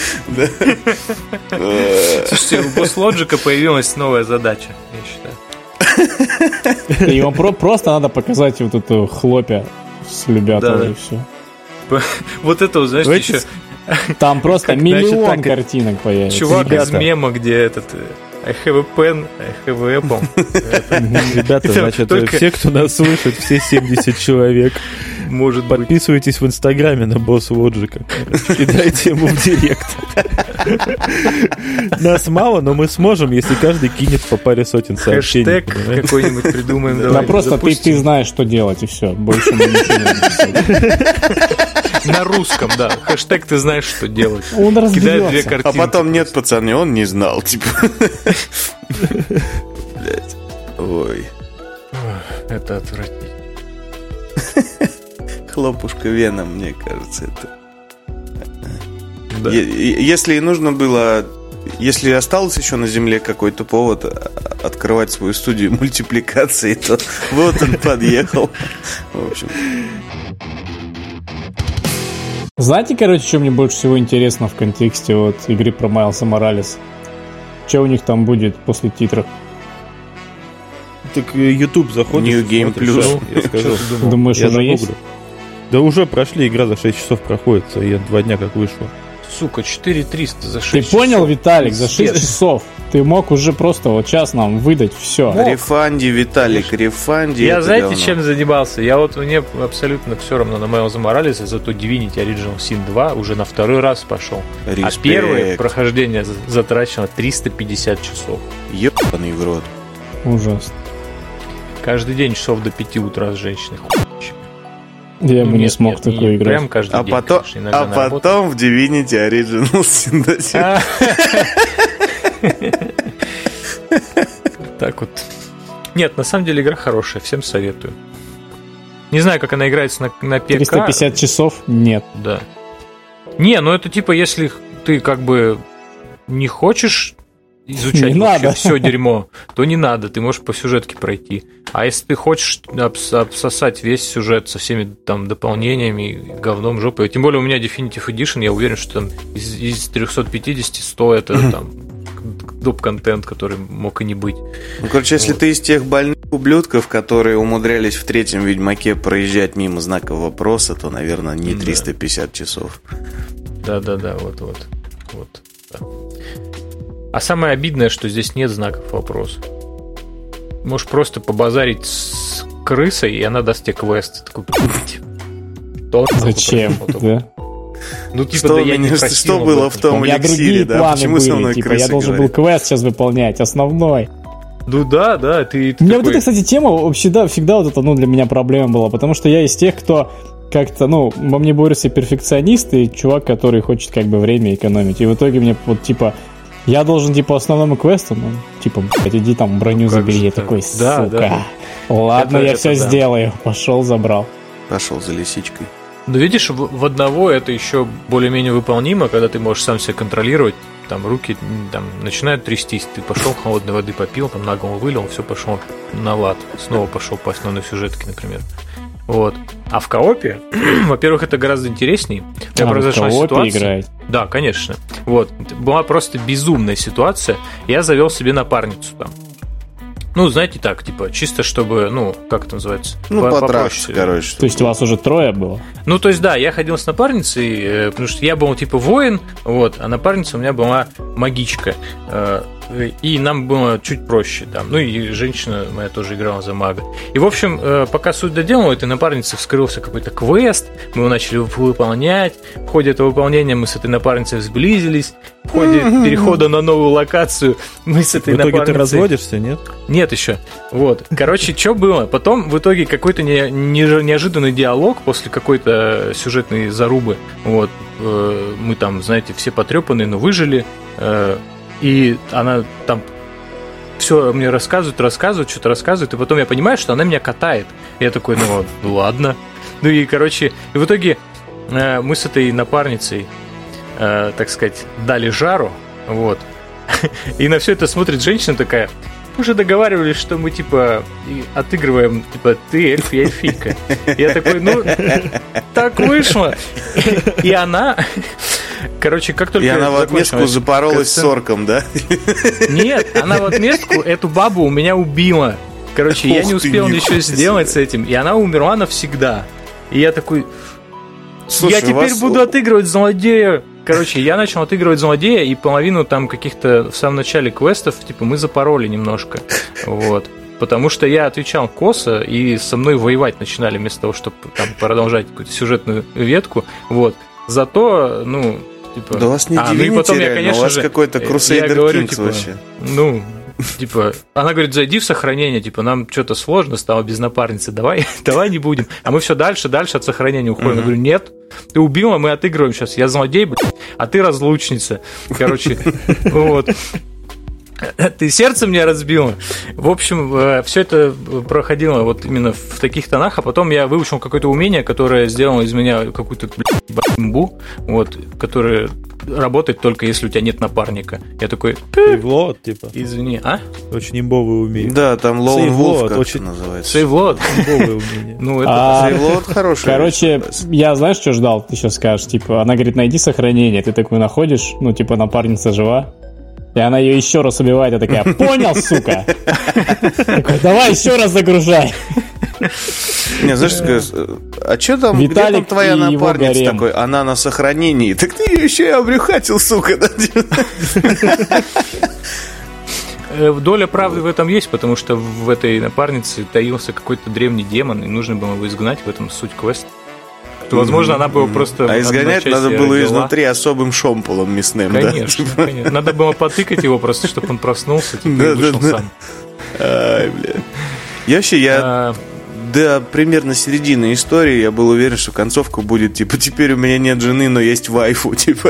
Слушайте, у BossLogic появилась новая задача, я считаю. И вам просто надо показать вот эту хлопья с Любятова, и все. Вот это, знаешь, еще... Там просто миллион картинок появится. Чувак из мема, где этот... I have a pen, I have a apple. Ребята, значит, все, кто нас слышит, все 70 человек, подписывайтесь в Инстаграме на BossLogic и дайте ему в директ. Нас мало, но мы сможем, если каждый кинет по паре сотен сообщений. Хэштег какой-нибудь придумаем. Да просто ты знаешь, что делать, и все. Больше мы ничего не написать. На русском, да. Хэштег ты знаешь, что делать. Он разберется. Кидает 2 картинки. А потом нет, пацаны, он не знал, типа. Блять. Ой. Это отвратительно. Хлопушка Веном, мне кажется, это... Да. Если и нужно было... Если остался еще на земле какой-то повод открывать свою студию мультипликации, то вот он подъехал. В общем... Знаете, короче, что мне больше всего интересно в контексте вот игры про Майлса Моралес? Что у них там будет после титров? Так YouTube заходишь. New Game Plus. Я скажу. Думаешь, уже есть? Да уже прошли, игра за 6 часов проходит, и 2 дня как вышла. сука, 4300 за 6 Ты часов. понял, Виталик, за 6 Пиздец. часов ты мог уже просто вот сейчас нам выдать все. Рефанди, Виталик, рефанди. Я это знаете, говно. чем занимался? Мне абсолютно все равно на Майлза Моралеса, зато Divinity Original Sin 2 уже на второй раз пошел. Респект. А первое прохождение затрачено 350 часов. Ёбаный в рот. Ужасно. Каждый день часов до 5 утра с женщиной. Я бы не смог такую играть. Прям каждый день, Потом, конечно, иногда на работу. потом в Divinity Original Sin до сих Так вот. Нет, на самом деле игра хорошая, всем советую. Не знаю, как она играется на ПК. 350 часов? Нет. Да. Не, ну это типа, если ты как бы не хочешь изучать Не вообще надо. все дерьмо, то не надо, ты можешь по сюжетке пройти. А если ты хочешь обсосать весь сюжет со всеми там дополнениями, говном, жопой, тем более у меня Definitive Edition, я уверен, что там из 350 100 это там доп-контент, который мог и не быть. Ну, короче, если ты из тех больных ублюдков, которые умудрялись в третьем Ведьмаке проезжать мимо знаков вопроса, то, наверное, не 350 часов. Да, вот. Да. А самое обидное, что здесь нет знаков вопроса. Можешь просто побазарить с крысой, и она даст тебе квест. Ты такой, блядь. Зачем? Да? Ну, типа, Что, да я не просил что об было этом. в том У меня эликсире, другие да? планы Почему со мной были. Типа, крыса я должен был говорит? квест сейчас выполнять, основной. Ну да, ты У меня вот такой, эта, кстати, тема всегда вот это, для меня проблема была, потому что я из тех, кто как-то, во мне борется перфекционист и чувак, который хочет как бы время экономить. И в итоге мне вот, типа, я должен, типа, основному квесту, блядь, иди там броню как забери. же Я так? такой, Да, сука. да. Ладно, я Это все да. сделаю. Пошел, забрал. Пошел за лисичкой. Ну, видишь, в одного это еще более-менее выполнимо, когда ты можешь сам себя контролировать, там руки там начинают трястись, ты пошел холодной воды попил, там на голову вылил, все, пошел на лад, снова пошел по основной сюжетке, например. Вот. А в коопе, во-первых, это гораздо интересней. У меня произошла в коопе ситуация. играть. Да, конечно. Вот. Была просто безумная ситуация. Я завел себе напарницу там. Ну, знаете, так, типа, чисто чтобы, как это называется? Потрахаться, короче. То есть у вас уже трое было? Ну, то есть, да, я ходил с напарницей, потому что я был, типа, воин, вот, а напарница у меня была магичка. И нам было чуть проще там. Ну, и женщина моя тоже играла за мага. И, в общем, пока суть доделала, этой напарнице вскрылся какой-то квест, мы его начали выполнять. В ходе этого выполнения мы с этой напарницей сблизились. В ходе перехода на новую локацию мы с этой В итоге напарницей... ты разводишься, нет? Нет еще. Вот. Короче, что было? Потом в итоге какой-то неожиданный диалог после какой-то сюжетной зарубы. Вот. Мы там, знаете, все потрепанные, но выжили. И она там все мне рассказывает, что-то рассказывает, и потом я понимаю, что она меня катает. И я такой, ну ладно. Ну и, короче, и в итоге мы с этой напарницей, так сказать, дали жару, вот. И на все это смотрит женщина такая: мы уже договаривались, что мы, типа, отыгрываем, типа, ты эльф, я эльфийка. Я такой, так вышло. И она... Короче, как только... И она в отместку запоролась с орком, да? Нет, она в отместку эту бабу у меня убила. Короче, я не успел ничего сделать с этим, и она умерла навсегда. И я такой... Я теперь буду отыгрывать злодея. Короче, я начал отыгрывать злодея, и половину там каких-то в самом начале квестов, типа, мы запороли немножко. Вот. Потому что я отвечал косо, и со мной воевать начинали вместо того, чтобы там продолжать какую-то сюжетную ветку. Вот. Зато, типа... Да вас не Divinity реально, у вас какой-то Crusader Kings вообще. Типа, она говорит, зайди в сохранение, типа, нам что-то сложно стало без напарницы, давай не будем. А мы все дальше от сохранения уходим. Я говорю, нет, ты убила, мы отыгрываем сейчас, я злодей, блядь, а ты разлучница. Короче, вот. Ты сердце мне разбила. В общем, все это проходило вот именно в таких тонах, а потом я выучил какое-то умение, которое сделало из меня какую-то бимбу, вот, которое работает только если у тебя нет напарника. Я такой... Сейвлот, типа. Извини, а? Очень имбовые умения. Да, там Lone Wolf, как очень это называется. Сейвлот. Имбовые умения. Ну, это... Сейвлот хороший. Короче, я, знаешь, что ждал? Ты сейчас скажешь, типа, она говорит, найди сохранение. Ты такой находишь, типа, напарница жива. И она ее еще раз убивает, я такая, понял, сука? Такой, давай еще раз загружай. Не, знаешь, а что там, где там твоя напарница такой? Она на сохранении. Так ты ее еще и обрюхатил, сука. Доля правды в этом есть, потому что в этой напарнице таился какой-то древний демон, и нужно было его изгнать, в этом суть квеста. Возможно, она бы его просто... А изгонять надо было изнутри особым шомполом мясным, да? Конечно. Надо было потыкать его просто, чтобы он проснулся, и вышел сам. Ай, блядь. Я до примерно середины истории я был уверен, что концовка будет, типа, теперь у меня нет жены, но есть вайфу, типа.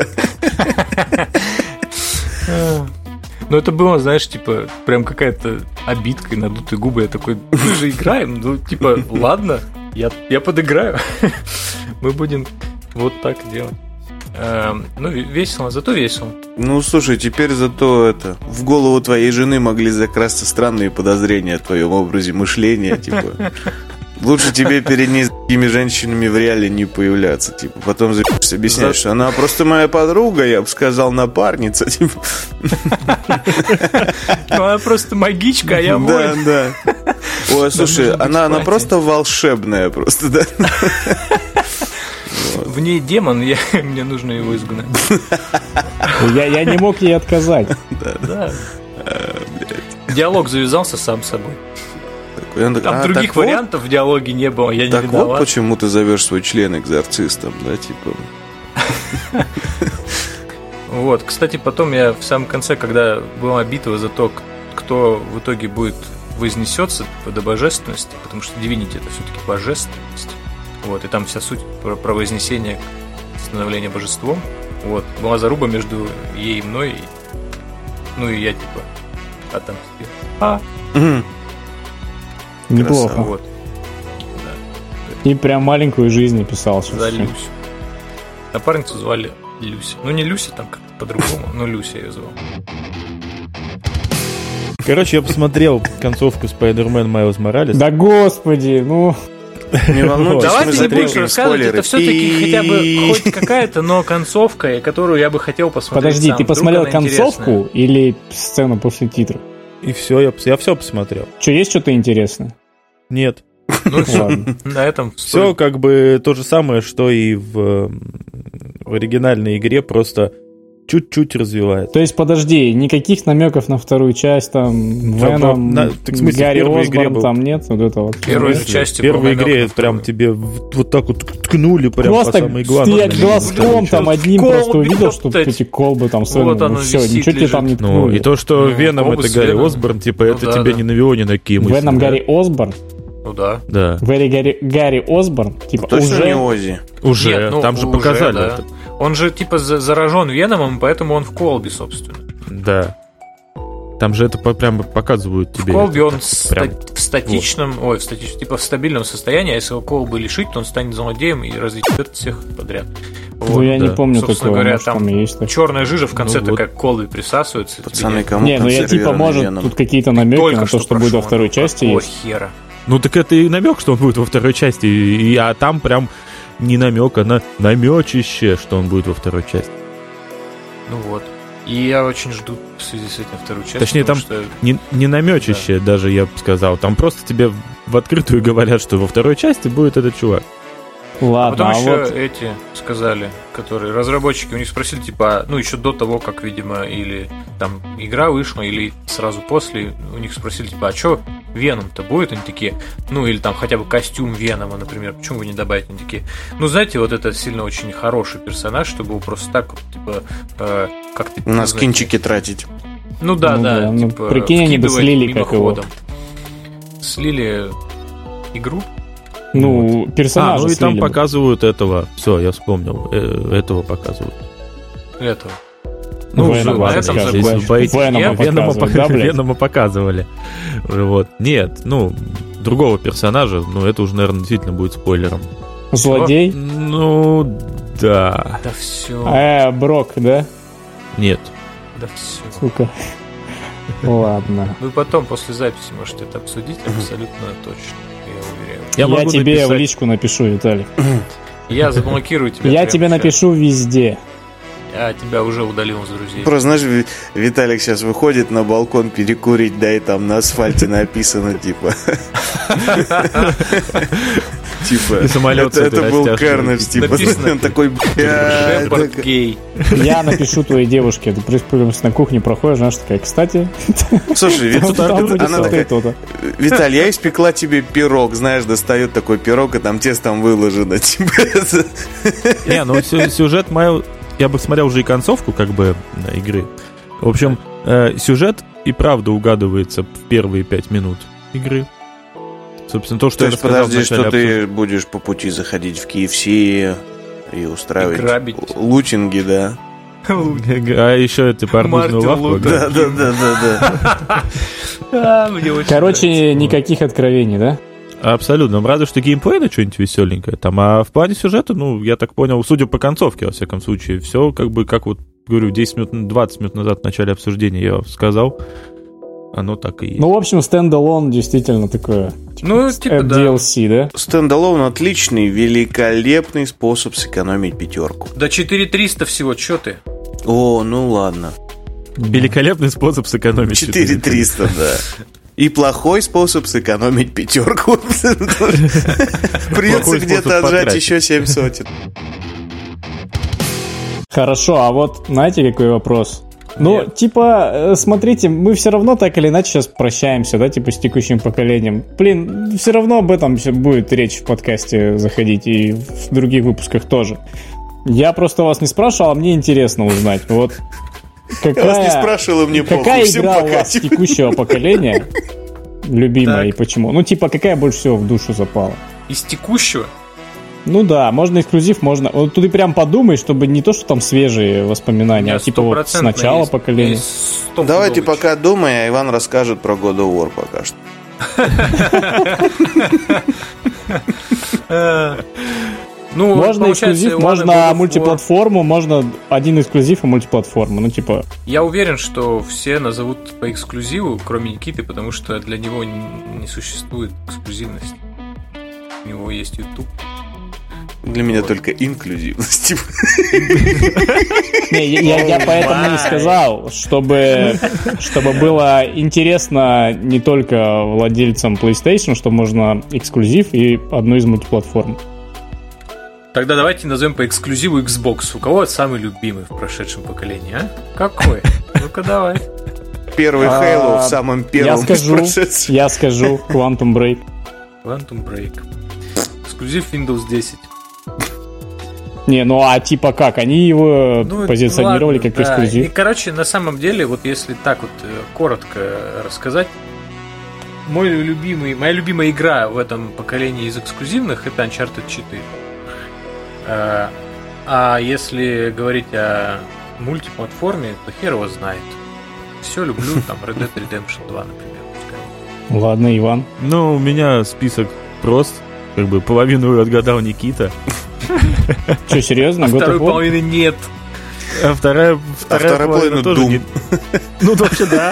Ну, это было, знаешь, типа, прям какая-то обидка и надутые губы. Я такой, мы же играем, ну, типа, ладно, я подыграю. Мы будем вот так делать. Ну, весело, зато весело. Ну, слушай, теперь зато в голову твоей жены могли закрасться странные подозрения о твоем образе мышления, типа... Лучше тебе перед несколькими женщинами в реале не появляться. Типа, потом объясняешь, что она просто моя подруга, я бы сказал, напарница. Типа. Ну, она просто магичка, а я воин. Да. Ой, слушай, она просто волшебная, просто, да. В ней демон, мне нужно его изгнать. Я не мог ей отказать. Да. Диалог завязался сам собой. Там других вариантов в диалоге не было, я не виноват. Так вот почему ты зовешь свой член экзорцистом, да, типа. Вот, кстати, потом я в самом конце, когда была битва за то, кто в итоге будет вознесется до божественности, потому что Divinity это все-таки божественность. Вот, и там вся суть про вознесение, становление божеством. Вот, была заруба между ей и мной, ну и я типа отомстил. Неплохо. Вот. Да. И прям маленькую жизнь написал. За Люсю. Напарницу звали Люся. Ну, не Люся, там как-то по-другому, но Люся ее звал. Короче, я посмотрел концовку Spider-Man Miles Morales. Да господи, ну... Не волнуйтесь, давайте не будешь рассказывать, это все-таки хотя бы хоть какая-то, но концовка, которую я бы хотел посмотреть. Подожди, сам. ты посмотрел концовку или сцену после титров? И все, я все посмотрел. Что, есть что-то интересное? Нет. Ну все, на этом все как бы то же самое, что и в оригинальной игре, просто чуть-чуть развивает. То есть, подожди, никаких намеков на вторую часть, там, Веном, Гарри Осборн, там нет? Вот это вот. В первой части. В первой игре прям тебе вот так вот ткнули прям просто по самой главной. Я глазком там одним просто увидел, что эти колбы там с Веномом, все, ничего тебе там не ткнули. Ну, и то, что Веном это Гарри Осборн, типа, это тебе не навело ни на какие мысли. Веном Гарри Осборн? Ну да. Гарри Осборн, типа, точно не Оззи? Уже, нет, ну, там же уже, показали да. это. Он же типа заражен Веномом, поэтому он в колбе, собственно. Да. Там же это прям показывают тебе. В колбе он прям... в статичном, типа в стабильном состоянии, а если его колбы лишить, то он станет злодеем и разъебет всех подряд. Вот, я не помню собственно такого, говоря, может, там есть такое. Черная жижа в конце такая к колбе присасывается. Пацаны, кому не, ну я типа, может, тут какие-то намеки только на то, что будет во второй части есть. Хера. Ну так это и намек, что он будет во второй части, а там прям не намек, а намечище, что он будет во второй части. Ну вот. И я очень жду в связи с этим вторую часть. Точнее, там что... не намечище, да. Даже я бы сказал. Там просто тебе в открытую говорят, что во второй части будет этот чувак. Ладно, а потом еще вот... эти сказали, которые разработчики, у них спросили, типа, ну, еще до того, как, видимо, или там игра вышла, или сразу после, у них спросили, типа, а что Веном-то будет? Они такие, ну, или там хотя бы костюм Венома, например, почему вы не добавите? Они такие, ну, знаете, вот это сильно очень хороший персонаж, чтобы его просто так, вот, типа, как-то... На скинчики тратить. Ну, да. Ну, типа, прикинь, они бы слили как его. Слили игру? Ну, вот. персонажа ну и там слили. показывают этого. Все, я вспомнил. Этого показывают. Этого. Ну, Венома Венома показывали. Вот. Нет, ну, другого персонажа, ну, это уже, наверное, действительно будет спойлером. Злодей? Ну, да. Да все. Брок, да? Нет. Да все. Сука. Ладно. Вы потом после записи можете это обсудить абсолютно точно. Я тебе написать... в личку напишу, Виталий. Я заблокирую тебя. Я тебе напишу везде. а тебя уже удалил из друзей. Просто, знаешь, Виталик сейчас выходит на балкон перекурить, да, и там на асфальте написано, типа... Типа, это был Carnage, типа, он такой, Шепард гей. Я напишу твоей девушке, ты прыгаешь на кухне, проходишь, знаешь, такая, кстати... Слушай, она такая, Виталь, я испекла тебе пирог, знаешь, достает такой пирог, и там тестом выложено, типа... Не, ну сюжет Майл... Я бы смотрел уже и концовку, как бы, игры. В общем, сюжет и правда угадывается в первые 5 минут игры. Собственно, то, что я рассказал вначале. Что ты будешь по пути заходить в KFC и устраивать лутинги, да? А еще это арбузную лавку. Да. Короче, никаких откровений, да? Абсолютно. Правда, что геймплей на что-нибудь веселенькое там. А в плане сюжета, ну, я так понял, судя по концовке, во всяком случае, все как бы, как вот, говорю, 10 минут, 20 минут назад в начале обсуждения я сказал, оно так и есть. Ну, в общем, стендалон действительно такое. Ну, типа, DLC, да? Стендалон отличный, великолепный способ сэкономить 5. Да 4300 всего, чё ты? О, ну ладно. Великолепный способ сэкономить 4300, да. И плохой способ сэкономить 5. Придется где-то отжать еще 7 сотен. Хорошо, а вот знаете, какой вопрос? Ну, типа, смотрите, мы все равно так или иначе сейчас прощаемся, да, типа, с текущим поколением. Блин, все равно об этом будет речь в подкасте заходить и в других выпусках тоже. Я просто вас не спрашивал, а мне интересно узнать. Вот какая, я вас не спрашивал, мне похуй. Какая игра у вас текущего поколения любимая и почему? Ну, типа, какая больше всего в душу запала? Из текущего? Ну да, можно эксклюзив, можно... Вот тут и прям подумай, чтобы не то, что там свежие воспоминания, а типа вот с начала поколения. Давайте пока думай, а Иван расскажет про God of War пока что. Ну, можно эксклюзив, можно мультиплатформу, можно один эксклюзив и мультиплатформу, ну типа... Я уверен, что все назовут по эксклюзиву, кроме Никиты, потому что для него не существует эксклюзивности. У него есть YouTube. Для меня только инклюзивность. Я поэтому и сказал, чтобы было интересно не только владельцам PlayStation, что можно эксклюзив и одну из мультиплатформ. Тогда давайте назовем по эксклюзиву Xbox. У кого самый любимый в прошедшем поколении, а? Какой? Ну-ка давай. Первый Halo в самом первом. Я скажу Quantum Break. Quantum Break. Эксклюзив Windows 10. Не, ну а типа как? Они его позиционировали как эксклюзив. И, короче, на самом деле, вот если так вот коротко рассказать, моя любимая игра в этом поколении из эксклюзивных — это Uncharted 4. А если говорить о мультиплатформе, то хер его знает. Все люблю, там Red Dead Redemption 2, например. Пускай. Ладно, Иван. Ну, у меня список прост. Как бы половину отгадал Никита. Что, серьезно? Второй половины нет. А вторая половина тоже Doom. нет. Ну, вообще, да.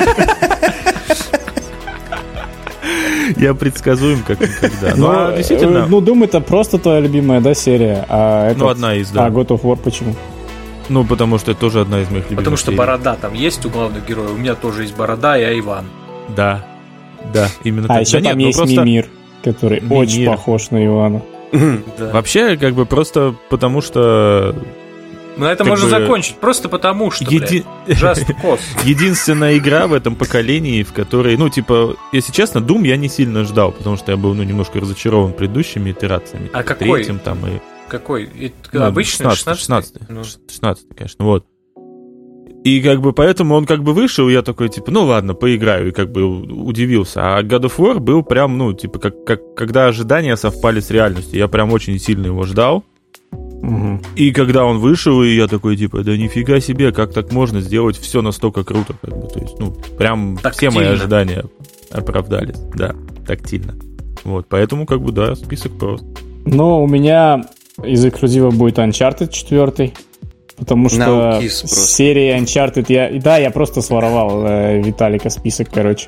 Я предсказуем, как никогда. Ну, действительно. Ну, Doom — это просто твоя любимая, да, серия? Ну, одна из, да. А God of War почему? Ну, потому что это тоже одна из моих любимых. Потому что борода там есть у главных героев. У меня тоже есть борода, я Иван. Да, именно так. А еще там есть Мимир, который очень похож на Ивана. Вообще, как бы просто потому что... Ну, это можно закончить, просто потому что, Just Cause. Единственная игра в этом поколении, в которой, ну, типа, если честно, Doom я не сильно ждал, потому что я был, немножко разочарован предыдущими итерациями. А какой? Третьим там и... Какой? Обычный? 16-й, конечно, вот. И как бы поэтому он как бы вышел, и я такой, типа, ну ладно, поиграю, и как бы удивился. А God of War был прям, ну, типа, когда ожидания совпали с реальностью. Я прям очень сильно его ждал. Угу. И когда он вышел, и я такой, типа, да нифига себе, как так можно сделать все настолько круто, как бы, то есть, ну, прям тактильно. Все мои ожидания оправдались, да, тактильно. Вот, поэтому, как бы, да, список прост. Ну, у меня из эксклюзива будет Uncharted 4, потому что серия Uncharted... Я просто своровал Виталика список, короче.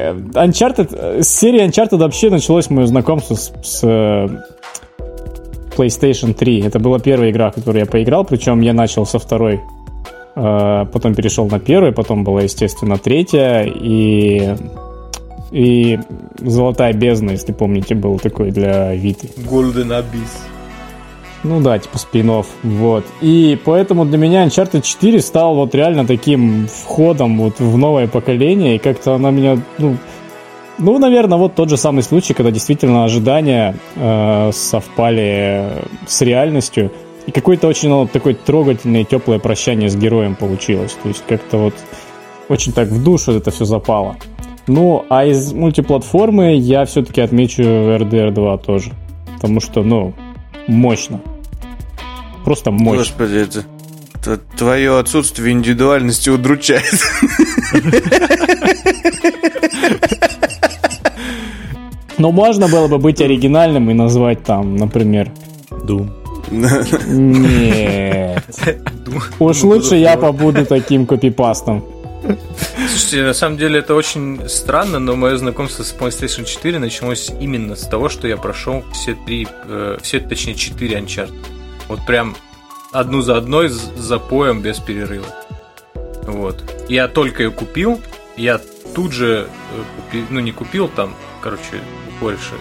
Uncharted... Серия Uncharted вообще началось мое знакомство с PlayStation 3. Это была первая игра, в которую я поиграл, причем я начал со второй, потом перешел на первую, потом была, естественно, третья, и Золотая бездна, если помните, был такой для Виты. Golden Abyss. Ну да, типа спин-офф, вот. И поэтому для меня Uncharted 4 стал вот реально таким входом вот в новое поколение, и как-то она меня, ну, наверное, вот тот же самый случай, когда действительно ожидания совпали с реальностью, и какое-то очень такое трогательное, теплое прощание с героем получилось. То есть как-то вот очень так в душу это все запало. Ну, а из мультиплатформы я все-таки отмечу RDR 2 тоже. Потому что, мощно. Просто мощно. Господи, это твое отсутствие индивидуальности удручает. Но можно было бы быть оригинальным и назвать там, например... Doom. Нет. Уж лучше я побуду таким копипастом. Слушайте, на самом деле это очень странно, но мое знакомство с PlayStation 4 началось именно с того, что я прошел все 4 Uncharted. Вот прям одну за одной, с запоем, без перерыва. Вот. Я только ее купил, я тут же не купил там, короче, больше,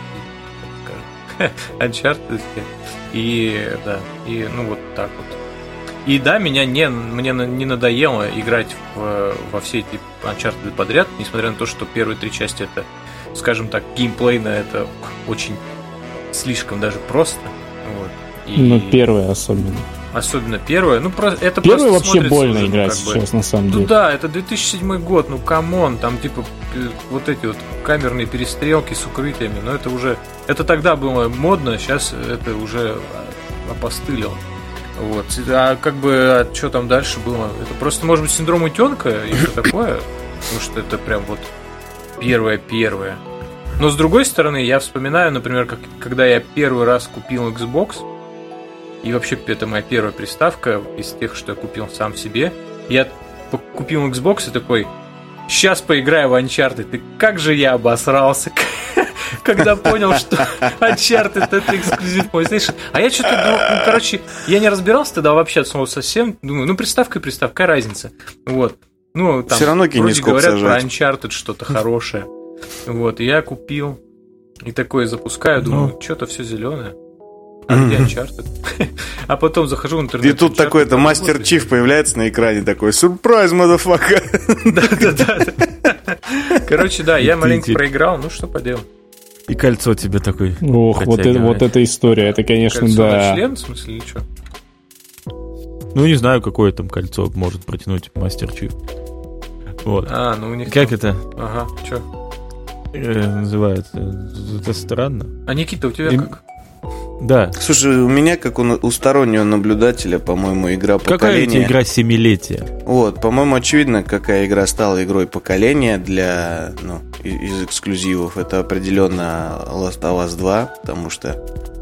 скажем, Uncharted. И вот так вот. И да, мне не надоело играть во все эти Uncharted подряд, несмотря на то, что первые 3 части это, скажем так, геймплейно это очень слишком даже просто. Вот. Первая особенно. Особенно первая. Это первая просто вообще больно уже, играть сейчас, на самом деле. Да, это 2007 год, камон, там типа вот эти вот камерные перестрелки с укрытиями, но это уже... Это тогда было модно, сейчас это уже опостылило. Вот. А что там дальше было? Это просто, может быть, синдром утенка и что такое? Потому что это прям вот первое. Но с другой стороны, я вспоминаю, например, когда я первый раз купил Xbox, и вообще это моя первая приставка из тех, что я купил сам себе. Я купил Xbox и такой: сейчас поиграю в Uncharted. И как же я обосрался, когда понял, что Uncharted это эксклюзив PlayStation. А я что-то, я не разбирался тогда вообще от слова совсем. Думаю, приставка, какая разница. Вот. Там все равно вроде говорят про Uncharted что-то хорошее. Вот, и я купил. И такое запускаю, думаю, что-то все зеленое. А где Uncharted? А потом захожу в интернет. И тут такой-то Мастер Чиф появляется на экране, такой: сюрприз, мадафака. Да. Короче, да, я маленько проиграл, что поделать. И кольцо тебе такой. Ох, вот эта история, это, конечно, кольцо да. На член, в смысле, или что? Не знаю, какое там кольцо может протянуть Мастер Чиф. Вот. У них... Как это? Ага, что? Называется. Это странно. А Никита, у тебя как? Да. Слушай, у меня, как у стороннего наблюдателя, по-моему, игра поколения. Какая у тебя игра 7-летия? Вот, по-моему, очевидно, какая игра стала игрой поколения для, из эксклюзивов. Это определенно Last of Us 2, потому что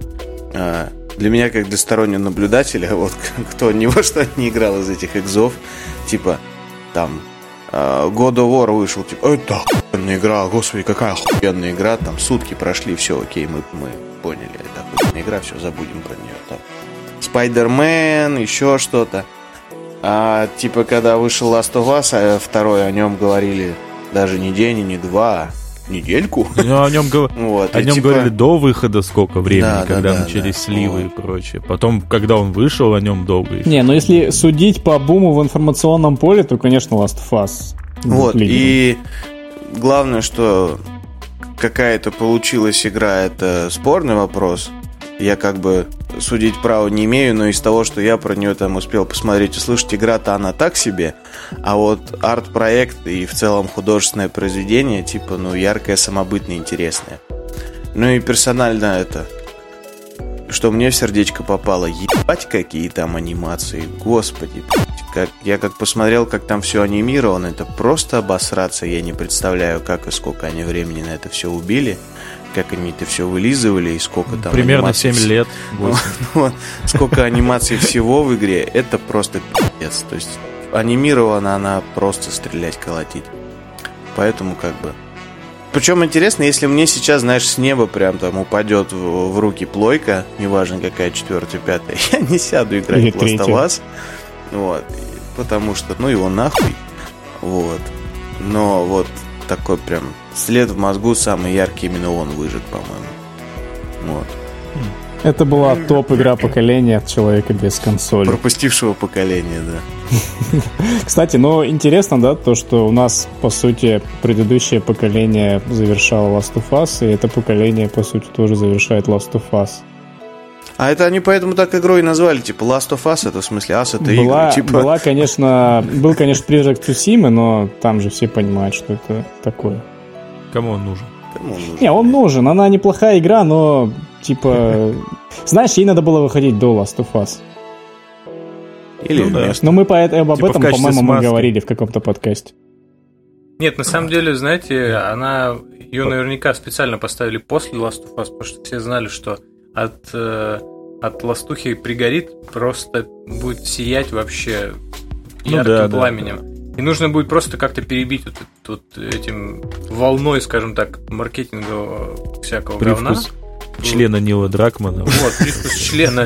для меня, как для стороннего наблюдателя, вот кто ни во что не играл из этих экзов, типа там God of War вышел, типа, это охуенная игра, господи, какая охуенная игра, там сутки прошли, все, окей, мы поняли, это охуенная игра, все, забудем про нее. Там Spider-Man, еще что-то. А типа, когда вышел Last of Us, второй, о нем говорили даже не день и не два, недельку. О нем говорили до выхода сколько времени, когда начались сливы и прочее. Потом, когда он вышел, о нем долго еще. Не, если судить по буму в информационном поле, то, конечно, Last of Us. Вот, и главное, что какая-то получилась игра, это спорный вопрос. Я судить право не имею, но из того, что я про нее там успел посмотреть и слышать, игра-то она так себе, а вот арт-проект и в целом художественное произведение, типа, яркое, самобытное, интересное. И персонально это, что мне в сердечко попало, ебать, какие там анимации, господи, я посмотрел, как там все анимировано, это просто обосраться, я не представляю, как и сколько они времени на это все убили. Как они это все вылизывали и сколько там примерно анимаций... 7 лет. Сколько анимаций всего в игре, это просто пиздец. То есть анимирована она просто стрелять, колотить. Поэтому Причем интересно, если мне сейчас, знаешь, с неба прям там упадет в руки плойка, неважно какая, 4-я, 5-я, я не сяду играть в Last of Us. Вот. Потому что, ну его нахуй. Вот. Но вот такой прям след в мозгу самый яркий, именно он выжег, по-моему. Вот. Это была топ-игра поколения от человека без консоли. Пропустившего поколения, да. Кстати, но интересно, да, то, что у нас, по сути, предыдущее поколение завершало Last of Us, и это поколение, по сути, тоже завершает Last of Us. А это они поэтому так игру и назвали, типа Last of Us, это в смысле Us это игры, типа... Был, конечно, призрак Цусимы, но там же все понимают, что это такое. Кому он нужен? Не, он нужен, она неплохая игра, но, типа... Знаешь, ей надо было выходить до Last of Us. Или но мы об этом, по-моему, мы говорили в каком-то подкасте. Нет, на самом деле, знаете, ее наверняка специально поставили после Last of Us, потому что все знали, что от ластухи пригорит, просто будет сиять вообще ярким пламенем. Да. И нужно будет просто как-то перебить вот этим волной, скажем так, маркетингового всякого говна. Члена Нила Дракмана. Вот, привкус члена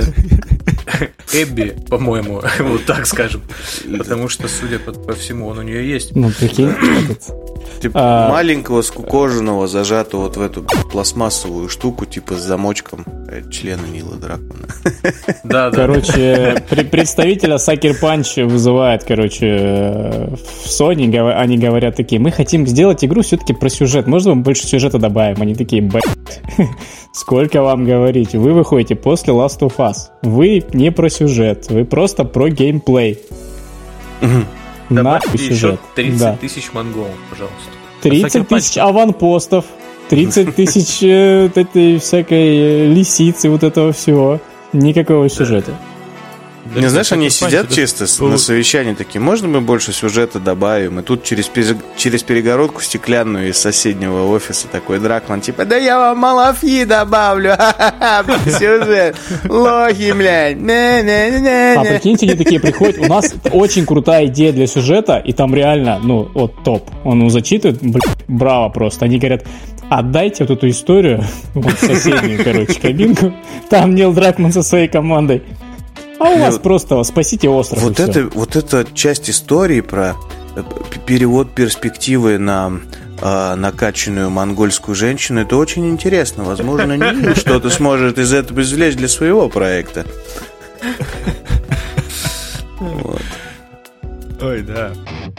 Эбби, по-моему, вот так скажем. Потому что, судя по всему, он у нее есть. Ну, прикинь, типа маленького, скукоженного, зажатого вот в эту пластмассовую штуку, типа с замочком члена Нила Дракмана. Да. Короче, представителя Sucker Punch вызывает, короче, в Sony, они говорят такие: мы хотим сделать игру все-таки про сюжет, можно мы больше сюжета добавим? Они такие: блять, сколько вам говорить, вы выходите после Last of Us, вы не про сюжет, вы просто про геймплей. Добавьте еще 30 тысяч монголов, пожалуйста. 30 тысяч аванпостов, 30 тысяч этой всякой лисицы, вот этого всего. Никакого сюжета. Не знаешь, они сидят чисто на совещании такие: можно мы больше сюжета добавим? И тут через перегородку стеклянную из соседнего офиса такой Дракман, типа: да я вам малафьи добавлю, сюжет, лохи, блядь. А прикиньте, они такие приходят: у нас очень крутая идея для сюжета, и там реально, ну, вот топ. Он зачитывает, браво просто. Они говорят: отдайте вот эту историю, вот соседнюю, короче, кабинку, там Нил Дракман со своей командой. А у вас просто спасите остров. Вот эта часть истории про перевод перспективы на накачанную монгольскую женщину, это очень интересно. Возможно, Нил что-то сможет из этого извлечь для своего проекта. Вот. Ой, да.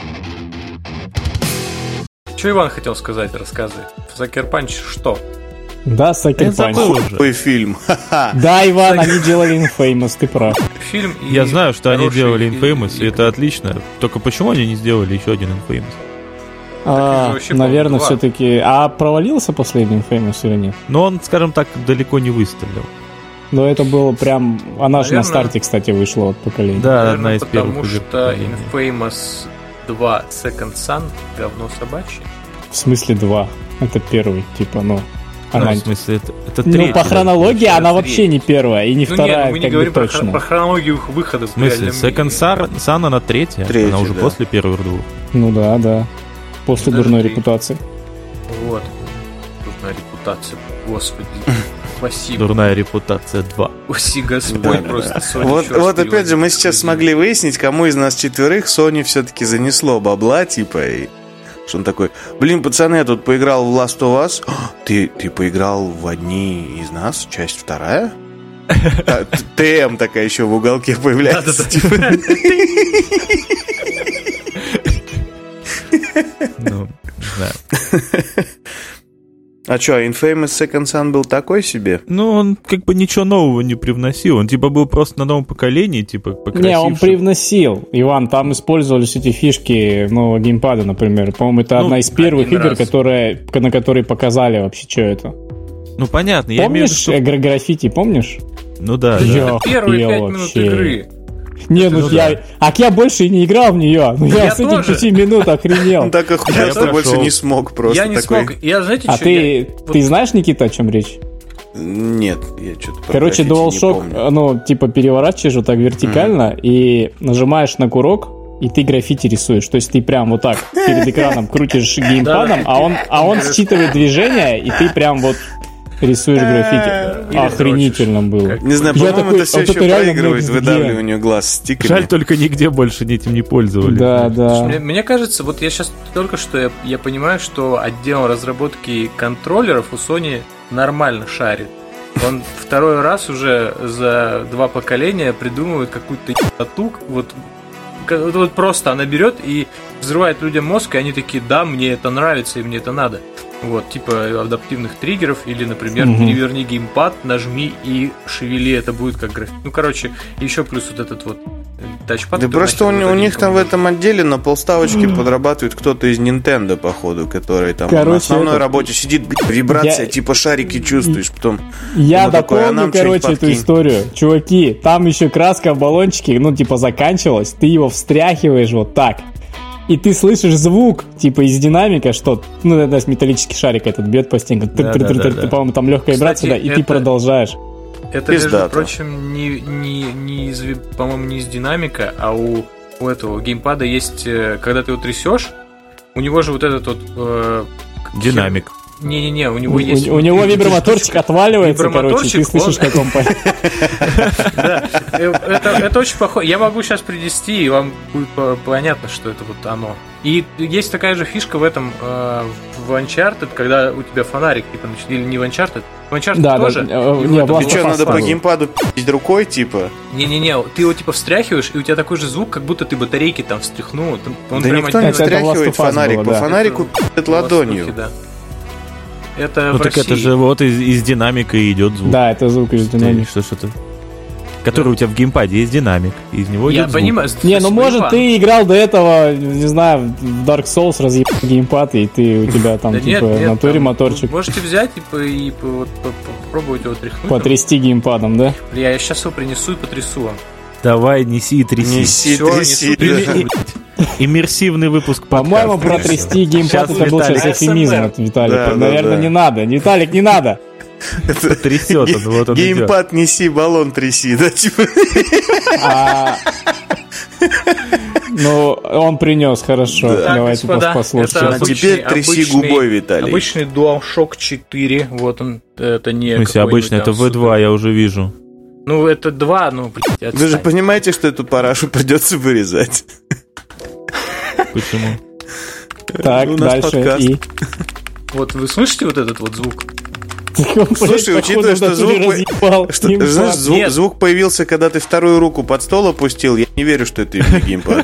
Что Иван хотел сказать? Рассказывай. Sucker Punch что? Да, Sucker Punch. Какой фильм? Да, Иван, они делали Infamous, ты прав. Фильм. Я знаю, что они делали Infamous, и это отлично. Только почему они не сделали еще один Infamous? Наверное, все-таки... А провалился последний Infamous или нет? Но он, скажем так, далеко не выстрелил. Но это было прям... Она же на старте, кстати, вышла от поколения. Да, одна из первых. Потому что Infamous 2 Second Son говно собачье. В смысле 2? Это первый, типа, ну... Она... в смысле, это третий. Ну, по хронологии она вообще не первая и не вторая. Нет, мы не говорим про хронологию их выходов. В смысле, Second Son она третья, она уже после первых двух. Ну да. После дурной репутации. Вот. Дурная репутация, господи. Спасибо. Дурная репутация 2. Уси Господь просто. Вот опять же, мы сейчас смогли выяснить, кому из нас четверых Sony все-таки занесло бабла, типа, и... Что он такой: блин, пацаны, я тут поиграл в Last of Us. Ты поиграл в одни из нас? Часть вторая? ТМ такая еще в уголке появляется. Ну, да. А что, Infamous Second Son был такой себе? Ну, он как бы ничего нового не привносил. Он типа был просто на новом поколении, типа покрасивший. Не, он привносил. Иван, там использовались эти фишки нового геймпада, например. По-моему, это одна из первых игр, на которые показали вообще, что это. Ну, понятно. Помнишь граффити, помнишь? Ну да. Это первые 5 минут игры. Не, ну я больше и не играл в нее. Но я с этих 5 минут охренел. Он так охуенно больше не смог просто. Я не смог. Я, знаете, а ты знаешь, Никита, о чем речь? Нет, я что-то про DualShock, ну, типа переворачиваешь вот так вертикально и нажимаешь на курок, и ты граффити рисуешь. То есть ты прям вот так перед экраном крутишь геймпадом, а он считывает движение, и ты прям вот рисуешь граффити. Охренительно было. Не знаю, по-моему, это все еще проигрывает выдавливанию глаз стиками. Жаль, только нигде больше этим не пользовались. Да, да. Мне кажется, вот я сейчас только что я понимаю, что отдел разработки контроллеров у Sony нормально шарит. Он второй раз уже за 2 поколения придумывает какую-то ебату. Вот просто она берет и взрывает людям мозг, и они такие: да, мне это нравится и мне это надо. Вот, типа адаптивных триггеров, или, например, переверни геймпад, нажми и шевели, это будет как график. Ну, короче, еще плюс вот этот вот тачпад. Да просто у них там в этом отделе на полставочки подрабатывает кто-то из Nintendo, походу, который там на основной работе сидит, вибрация, типа шарики чувствуешь, потом... Я дополню, эту историю. Чуваки, там еще краска в баллончике, типа заканчивалась, ты его встряхиваешь вот так. И ты слышишь звук, типа, из динамика, что, это металлический шарик этот бьет по стенкам. Ты, по-моему, там легкая вибрация, да, и ты продолжаешь. Это, между прочим, по-моему, не из динамика, а у этого геймпада есть, когда ты его трясешь, у него же вот этот вот... динамик. Не-не-не, у него есть... У него вибромоторчик отваливается, короче, ты слышишь, как он... Да, это очень похоже. Я могу сейчас принести, и вам будет понятно, что это вот оно. И есть такая же фишка в этом, в Uncharted, когда у тебя фонарик, типа, или не в Uncharted? В Uncharted тоже? И что, надо по геймпаду пить рукой, типа? Не-не-не, ты его, типа, встряхиваешь, и у тебя такой же звук, как будто ты батарейки там встряхнул. Да никто не встряхивает фонарик, по фонарику пить ладонью. Это так это же вот из динамика идет звук. Да, это звук из динамика. Что-то. Который у тебя в геймпаде есть динамик, из него идет звук. Я понимаю. Не, может ты играл до этого, не знаю, в Dark Souls, разъебал геймпад, и у тебя там типа в натуре моторчик. Можете взять и попробовать его тряхнуть. Потрясти геймпадом, да? Я сейчас его принесу и потрясу вам. Давай, неси и тряси. Тряси. Иммерсивный выпуск подкаста. По-моему, протрясти геймпад это был сейчас эфемизм от Виталика. Наверное, не надо. Виталик, не надо. Трясет он, вот он идет. Геймпад неси, баллон тряси, да, типа. Ну, он принес, хорошо. Давайте послушаем. А теперь тряси губой, Виталий. Обычный DualShock 4. Вот он, это не... В смысле, обычно это V2, я уже вижу. Ну, это 2, блядь, Вы же понимаете, что эту парашу придется вырезать? Почему? Так, дальше и... Вот вы слышите вот этот вот звук? Слушай, учитывая, что звук появился, когда ты вторую руку под стол опустил, я не верю, что это именно геймпад.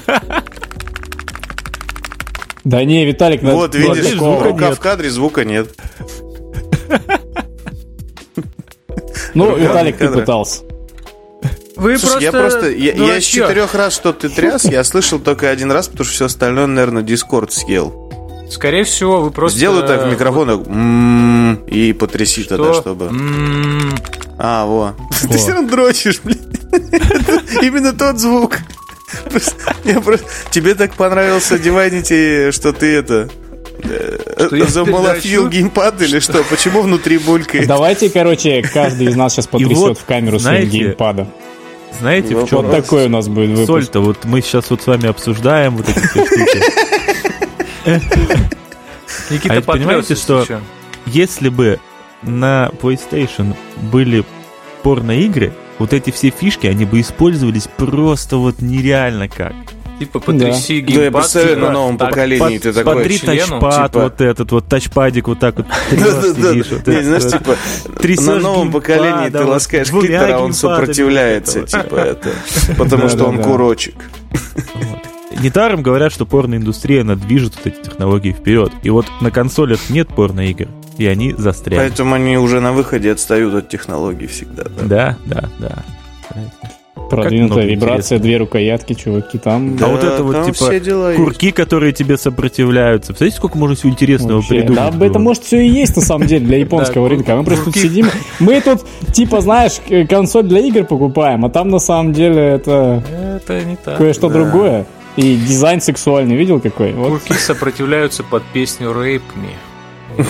Да не, Виталик... Вот, видишь, рука в кадре, звука нет. Ну, Виталик, ты пытался. Слушай, я с 4 раз, что ты тряс, я слышал только 1 раз, потому что все остальное, наверное, Discord съел. Скорее всего, вы просто... Сделай так в микрофонах и потряси тогда, чтобы... Во. Ты все равно дрочишь, блин. Именно тот звук. Тебе так понравился Divinity, что ты это... Замолотил геймпад или что? Почему внутри булькает? Давайте, короче, каждый из нас сейчас потрясет в камеру своим геймпадом. Знаете, в чем вот такой у нас будет выпуск? Соль-то, вот мы сейчас вот с вами обсуждаем вот эти все штуки. Никита, понимаете, что если бы на PlayStation были порно-игры, вот эти все фишки, они бы использовались просто вот нереально как. Типа потряси геймпад. Да, я представляю, на новом поколении ты такой... Смотри, тачпад, вот этот вот тачпадик вот так вот сидишь. Знаешь, типа, на новом поколении ты ласкаешь клитор, а он сопротивляется, типа это, потому что он курочек. Недаром говорят, что порноиндустрия, она движет вот эти технологии вперед. И вот на консолях нет порноигр, и они застряли. Поэтому они уже на выходе отстают от технологий всегда. Да. Продвинутая вибрация, 2 рукоятки, чуваки, там... Да, а вот это вот, типа, курки, которые тебе сопротивляются. Представляете, сколько можно всего интересного придумать? Да, это может все и есть, на самом деле, для японского рынка. Мы просто тут сидим, мы тут, типа, знаешь, консоль для игр покупаем, а там, на самом деле, это не так. Кое-что другое. И дизайн сексуальный, видел какой? Курки сопротивляются под песню «Rape Me».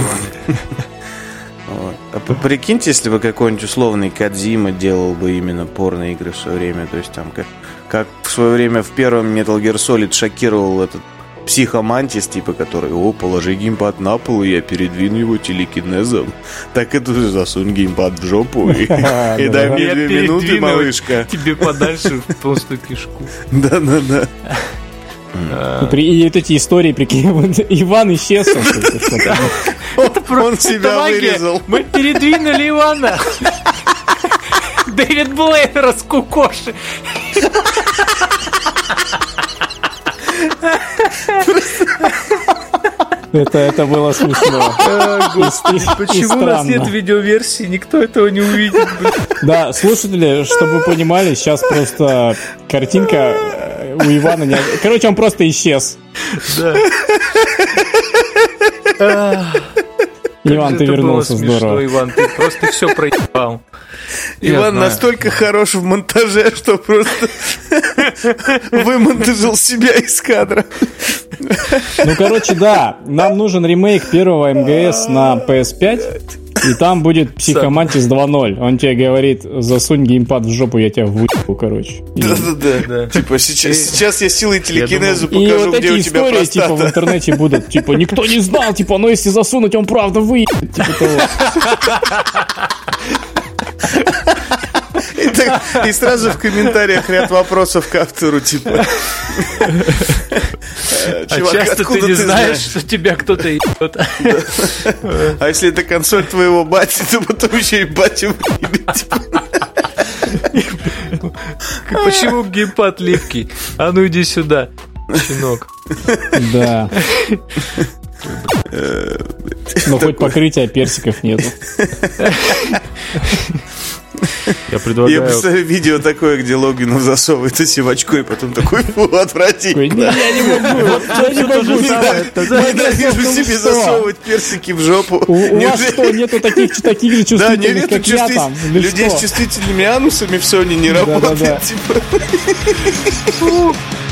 А прикиньте, если бы какой-нибудь условный Кодзима делал бы именно порно-игры в свое время, то есть там как свое время в первом Metal Gear Solid шокировал этот психомантис, типа, который: о, положи геймпад на пол, и я передвину его телекинезом. Так это же засунь геймпад в жопу и дай мне 2 минуты, малышка. Тебе подальше в толстую кишку. Да-да-да. И вот эти истории, прикинь, Иван исчез. Он себя вырезал. Мы передвинули Ивана. Дэвид Блейн раскукоши. Это было смешно. Господи, почему у нас нет видеоверсии? Никто этого не увидит. Да, слушатели, чтобы вы понимали, сейчас просто картинка у Ивана не... Короче, он просто исчез. Да. Иван, ты вернулся, здорово. Иван, ты просто все проебал. Иван настолько хорош в монтаже, что просто вымонтажил себя из кадра. Ну, короче, да, нам нужен ремейк первого МГС на PS5, и там будет Психомантис 2.0. Он тебе говорит: засунь геймпад в жопу, я тебя выебу, короче. Да-да-да. Типа, сейчас я силой телекинезу покажу, и вот где у эти тебя истории, простата. типа, в интернете будут, типа, никто не знал, типа, но если засунуть, он правда выебет, типа того. И сразу в комментариях ряд вопросов к автору, типа: а часто ты не знаешь, что тебя кто-то ебет? А если это консоль твоего бати, то потом еще и батю выебет. Почему геймпад липкий? А ну иди сюда, щенок. Да. Но хоть покрытия персиков нету. Я предлагаю... Я представляю видео такое, где Логвинов засовывает эти в очко, и потом такой: фу, отвратительно. Я не могу. Ненавижу себе засовывать персики в жопу. У вас что, нету таких же чувствительных, как я там? Людей с чувствительными анусами в Sony не работает.